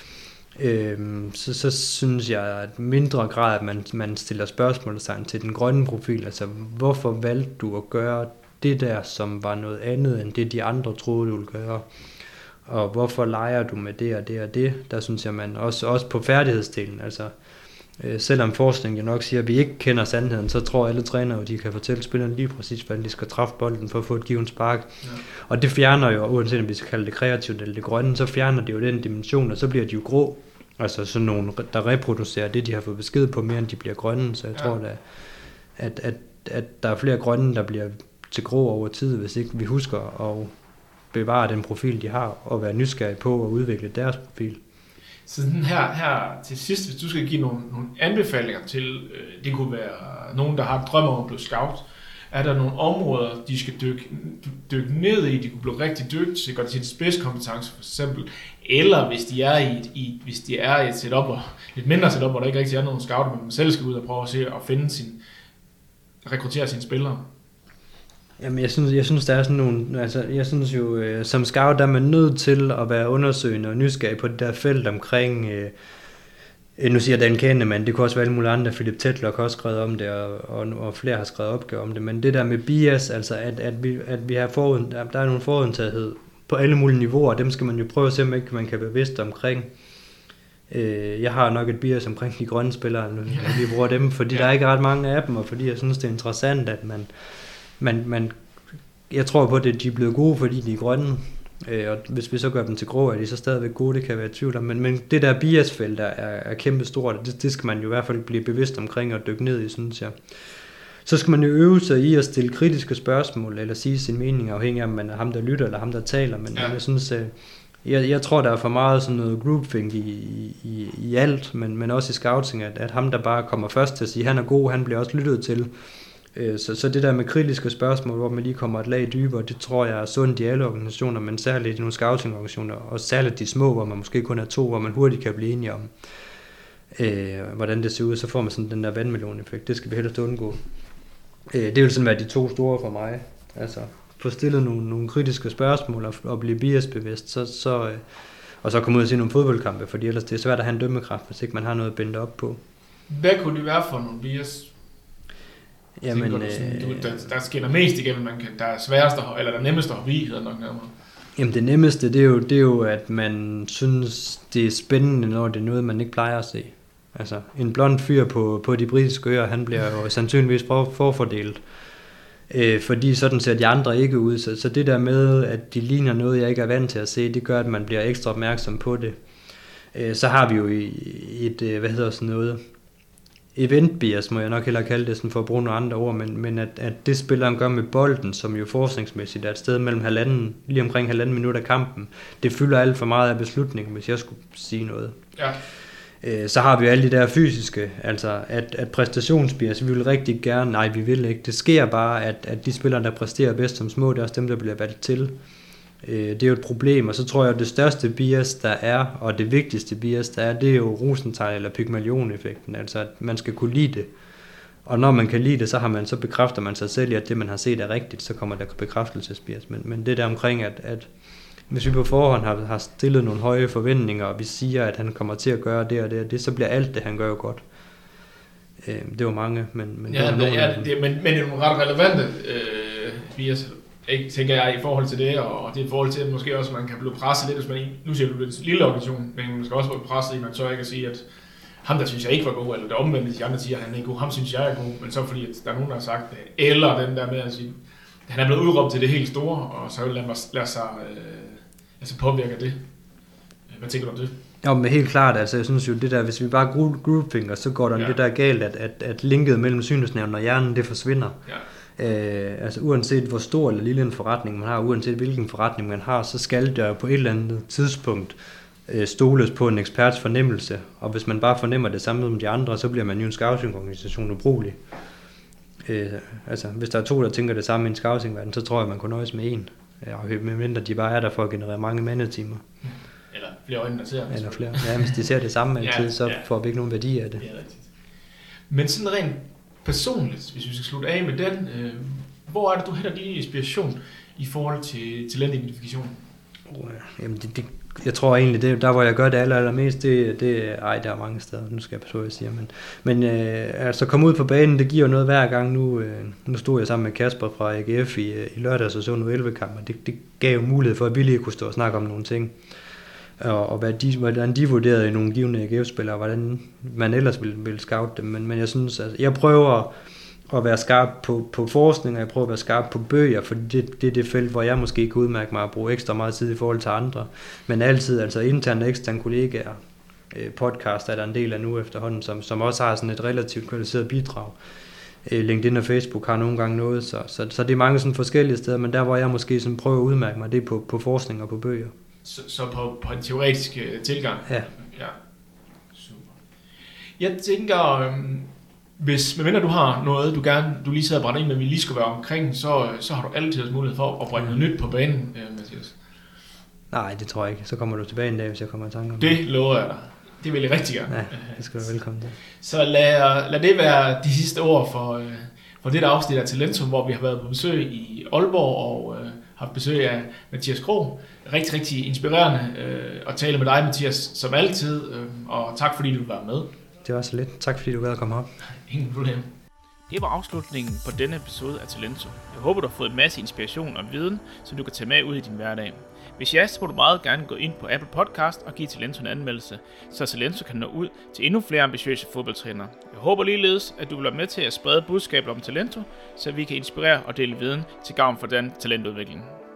Så synes jeg, at mindre grad, at man stiller spørgsmålstegn til den grønne profil. Altså, hvorfor valgte du at gøre det der, som var noget andet, end det de andre troede, du ville gøre? Og hvorfor leger du med det og det og det? Der synes jeg, man også på færdighedsdelen, altså selvom forskningen nok siger, at vi ikke kender sandheden, så tror alle trænere, at de kan fortælle spillerne lige præcis, hvordan de skal træffe bolden for at få et givet spark. Ja. Og det fjerner jo, uanset om vi skal kalde det kreativt eller det grønne, så fjerner det jo den dimension, og så bliver de jo grå. Altså sådan nogle, der reproducerer det, de har fået besked på, mere end de bliver grønne. Så jeg tror da, at der er flere grønne, der bliver til grå over tid, hvis ikke vi husker at bevare den profil, de har, og være nysgerrige på at udvikle deres profil. Så sådan her til sidst, hvis du skal give nogle anbefalinger til, det kunne være nogen, der har drømmer om at blive scout, er der nogle områder, de skal dykke ned i, de kunne blive rigtig dygtige, gør det til spidskompetence for eksempel, eller hvis de er i et setup, lidt mindre setup, hvor der ikke rigtig er nogen scouter, men man selv skal ud og prøve at se og rekruttere sine spillere. Jamen, jeg synes, der er sådan nogle, altså, jeg synes jo, som scout, der er man nødt til at være undersøgende og nysgerrig på det der felt omkring, nu siger Dan Kahneman, det kunne også være alle mulige andre, Philip Tetlock har også skrevet om det, og flere har skrevet opgaver om det, men det der med bias, altså at vi har der er nogle forudtagethed på alle mulige niveauer, dem skal man jo prøve at se, om ikke man kan være bevidst omkring. Jeg har nok et bias omkring de grønne spillere, når vi bruger dem, fordi der er ikke ret mange af dem, og fordi jeg synes, det er interessant, at jeg tror på, at de er blevet gode, fordi de er grønne, og hvis vi så gør dem til grå, er de så stadigvæk gode, det kan være i tvivl om, men det der biasfelt er kæmpe stort, og det skal man jo i hvert fald blive bevidst omkring og dykke ned i, synes jeg. Så skal man jo øve sig i at stille kritiske spørgsmål, eller sige sin mening, afhængig af om man er ham, der lytter, eller ham, der taler, men jeg synes, jeg tror, der er for meget sådan noget groupthink i alt, men også i scouting, at ham, der bare kommer først til at sige, han er god, han bliver også lyttet til. Så det der med kritiske spørgsmål, hvor man lige kommer et lag dybere, det tror jeg er sundt i alle organisationer, men særligt i nogle scouting-organisationer, og særligt de små, hvor man måske kun er 2, hvor man hurtigt kan blive enige om, hvordan det ser ud, så får man sådan den der vandmelon-effekt. Det skal vi helst undgå. Det vil sådan være de 2 store for mig. Altså, få stillet nogle kritiske spørgsmål og blive biasbevidst, og så komme ud og se nogle fodboldkampe, fordi ellers det er svært at have en dømmekraft, hvis ikke man har noget at binde op på. Hvad kunne det være for nogle bias? Jamen, der skinner mest igennem, der er sværest, eller der nemmeste at hoppe i, hedder nok nærmere. Jamen det nemmeste, det er jo, at man synes, det er spændende, når det er noget, man ikke plejer at se. Altså, en blond fyr på de britiske øer, han bliver jo sandsynligvis forfordelt. Fordi sådan ser de andre ikke ud. Så det der med, at de ligner noget, jeg ikke er vant til at se, det gør, at man bliver ekstra opmærksom på det. Så har vi jo et, event bias, må jeg nok hellere kalde det, sådan for at bruge nogle andre ord, men at det spilleren gør med bolden, som jo forskningsmæssigt er et sted mellem lige omkring 1,5 minut af kampen, det fylder alt for meget af beslutningen, hvis jeg skulle sige noget. Ja. Så har vi jo alle de der fysiske, altså at præstationsbias, vi vil rigtig gerne, nej vi vil ikke, det sker bare, at de spillere, der præsterer bedst som små, det er også dem, der bliver valgt til. Det er jo et problem, og så tror jeg, at det største bias, der er, og det vigtigste bias, der er, det er jo Rosenthal eller Pygmalion-effekten, altså at man skal kunne lide det. Og når man kan lide det, så bekræfter man sig selv i, at det, man har set, er rigtigt, så kommer der bekræftelsesbias. Men det der omkring, at hvis vi på forhånd har stillet nogle høje forventninger, og vi siger, at han kommer til at gøre det og det og det, så bliver alt det, han gør jo godt. Det var mange, men ja, men det er nogle ret relevante bias, tænker jeg, i forhold til det, og det er i forhold til, at måske også man kan blive presset lidt, hvis man, nu siger du, det er en lille organisation, men man skal også blive presset i, man tør ikke at sige, at ham der synes jeg ikke var god, eller det omvendte, de andre siger, at han er ikke god, ham synes jeg er god, men så fordi, at der er nogen, der har sagt det, eller den der med at sige, at han er blevet udråbt til det helt store, og så lad sig påvirke det. Hvad tænker du om det? Ja, men helt klart, altså jeg synes jo det der, hvis vi bare groupfinger, så går der det der galt, at linket mellem synsnerven og hjernen, det forsvinder. Ja. Altså uanset hvor stor eller lille en forretning man har, uanset hvilken forretning man har, så skal der på et eller andet tidspunkt stoles på en eksperts fornemmelse, og hvis man bare fornemmer det samme som de andre, så bliver man jo en scouting-organisation ubrugelig. Altså hvis der er 2, der tænker det samme i en scouting-verden, så tror jeg, man kunne nøjes med 1, medmindre de bare er der for at generere mange mandetimer. Eller flere øjne, der ser. Eller flere. Ja, hvis de ser det samme altid, så får vi ikke nogen værdi af det. Det er rigtigt. Men sådan rent personligt, hvis vi skal slutte af med den, hvor er det, du henter din inspiration i forhold til talentidentifikation? Jamen, jeg tror egentlig, det der hvor jeg gør det allermest, der er mange steder, nu skal jeg passe, hvad jeg siger, men altså komme ud på banen, det giver noget hver gang. Nu stod jeg sammen med Kasper fra AGF i lørdags og så nu 11-kamp, og det gav jo mulighed for, at vi lige kunne stå og snakke om nogle ting, og hvordan de vurderede i nogle givende AGF-spillere, hvordan man ellers ville scoute dem, men jeg synes, altså, jeg prøver at være skarp på forskning, og jeg prøver at være skarp på bøger, for det er det felt, hvor jeg måske kan udmærke mig at bruge ekstra meget tid i forhold til andre. Men altid, altså interne og eksterne kollegaer, podcast er der en del af nu efterhånden, som også har sådan et relativt kvalificeret bidrag. LinkedIn og Facebook har nogle gange noget, så det er mange sådan forskellige steder, men der hvor jeg måske sådan prøver at udmærke mig, det er på forskning og på bøger. Så på en teoretisk tilgang? Ja. Super. Jeg tænker... Medmindre du har noget, du lige sidder og brænder ind, men vi lige skal være omkring, så har du altid mulighed for at bringe noget nyt på banen, Mathias. Nej, det tror jeg ikke. Så kommer du tilbage en dag, hvis jeg kommer i tanke om det. Det lover jeg dig. Det vil jeg rigtig gerne. Ja, det skal du være velkommen til. Så lad det være de sidste ord for det der afsnit af Talentum, hvor vi har været på besøg i Aalborg og haft besøg af Mathias Krog. Rigtig, rigtig inspirerende at tale med dig, Mathias, som altid, og tak fordi du var med. Det var så lidt. Tak fordi du gad at komme op. Ingen problem. Det var afslutningen på denne episode af Talentum. Jeg håber, du har fået en masse inspiration og viden, som du kan tage med ud i din hverdag. Hvis ja, så må du meget gerne gå ind på Apple Podcast og give Talentum en anmeldelse, så Talentum kan nå ud til endnu flere ambitiøse fodboldtrænere. Jeg håber ligeledes, at du vil være med til at sprede budskabet om Talentum, så vi kan inspirere og dele viden til gavn for den talentudvikling.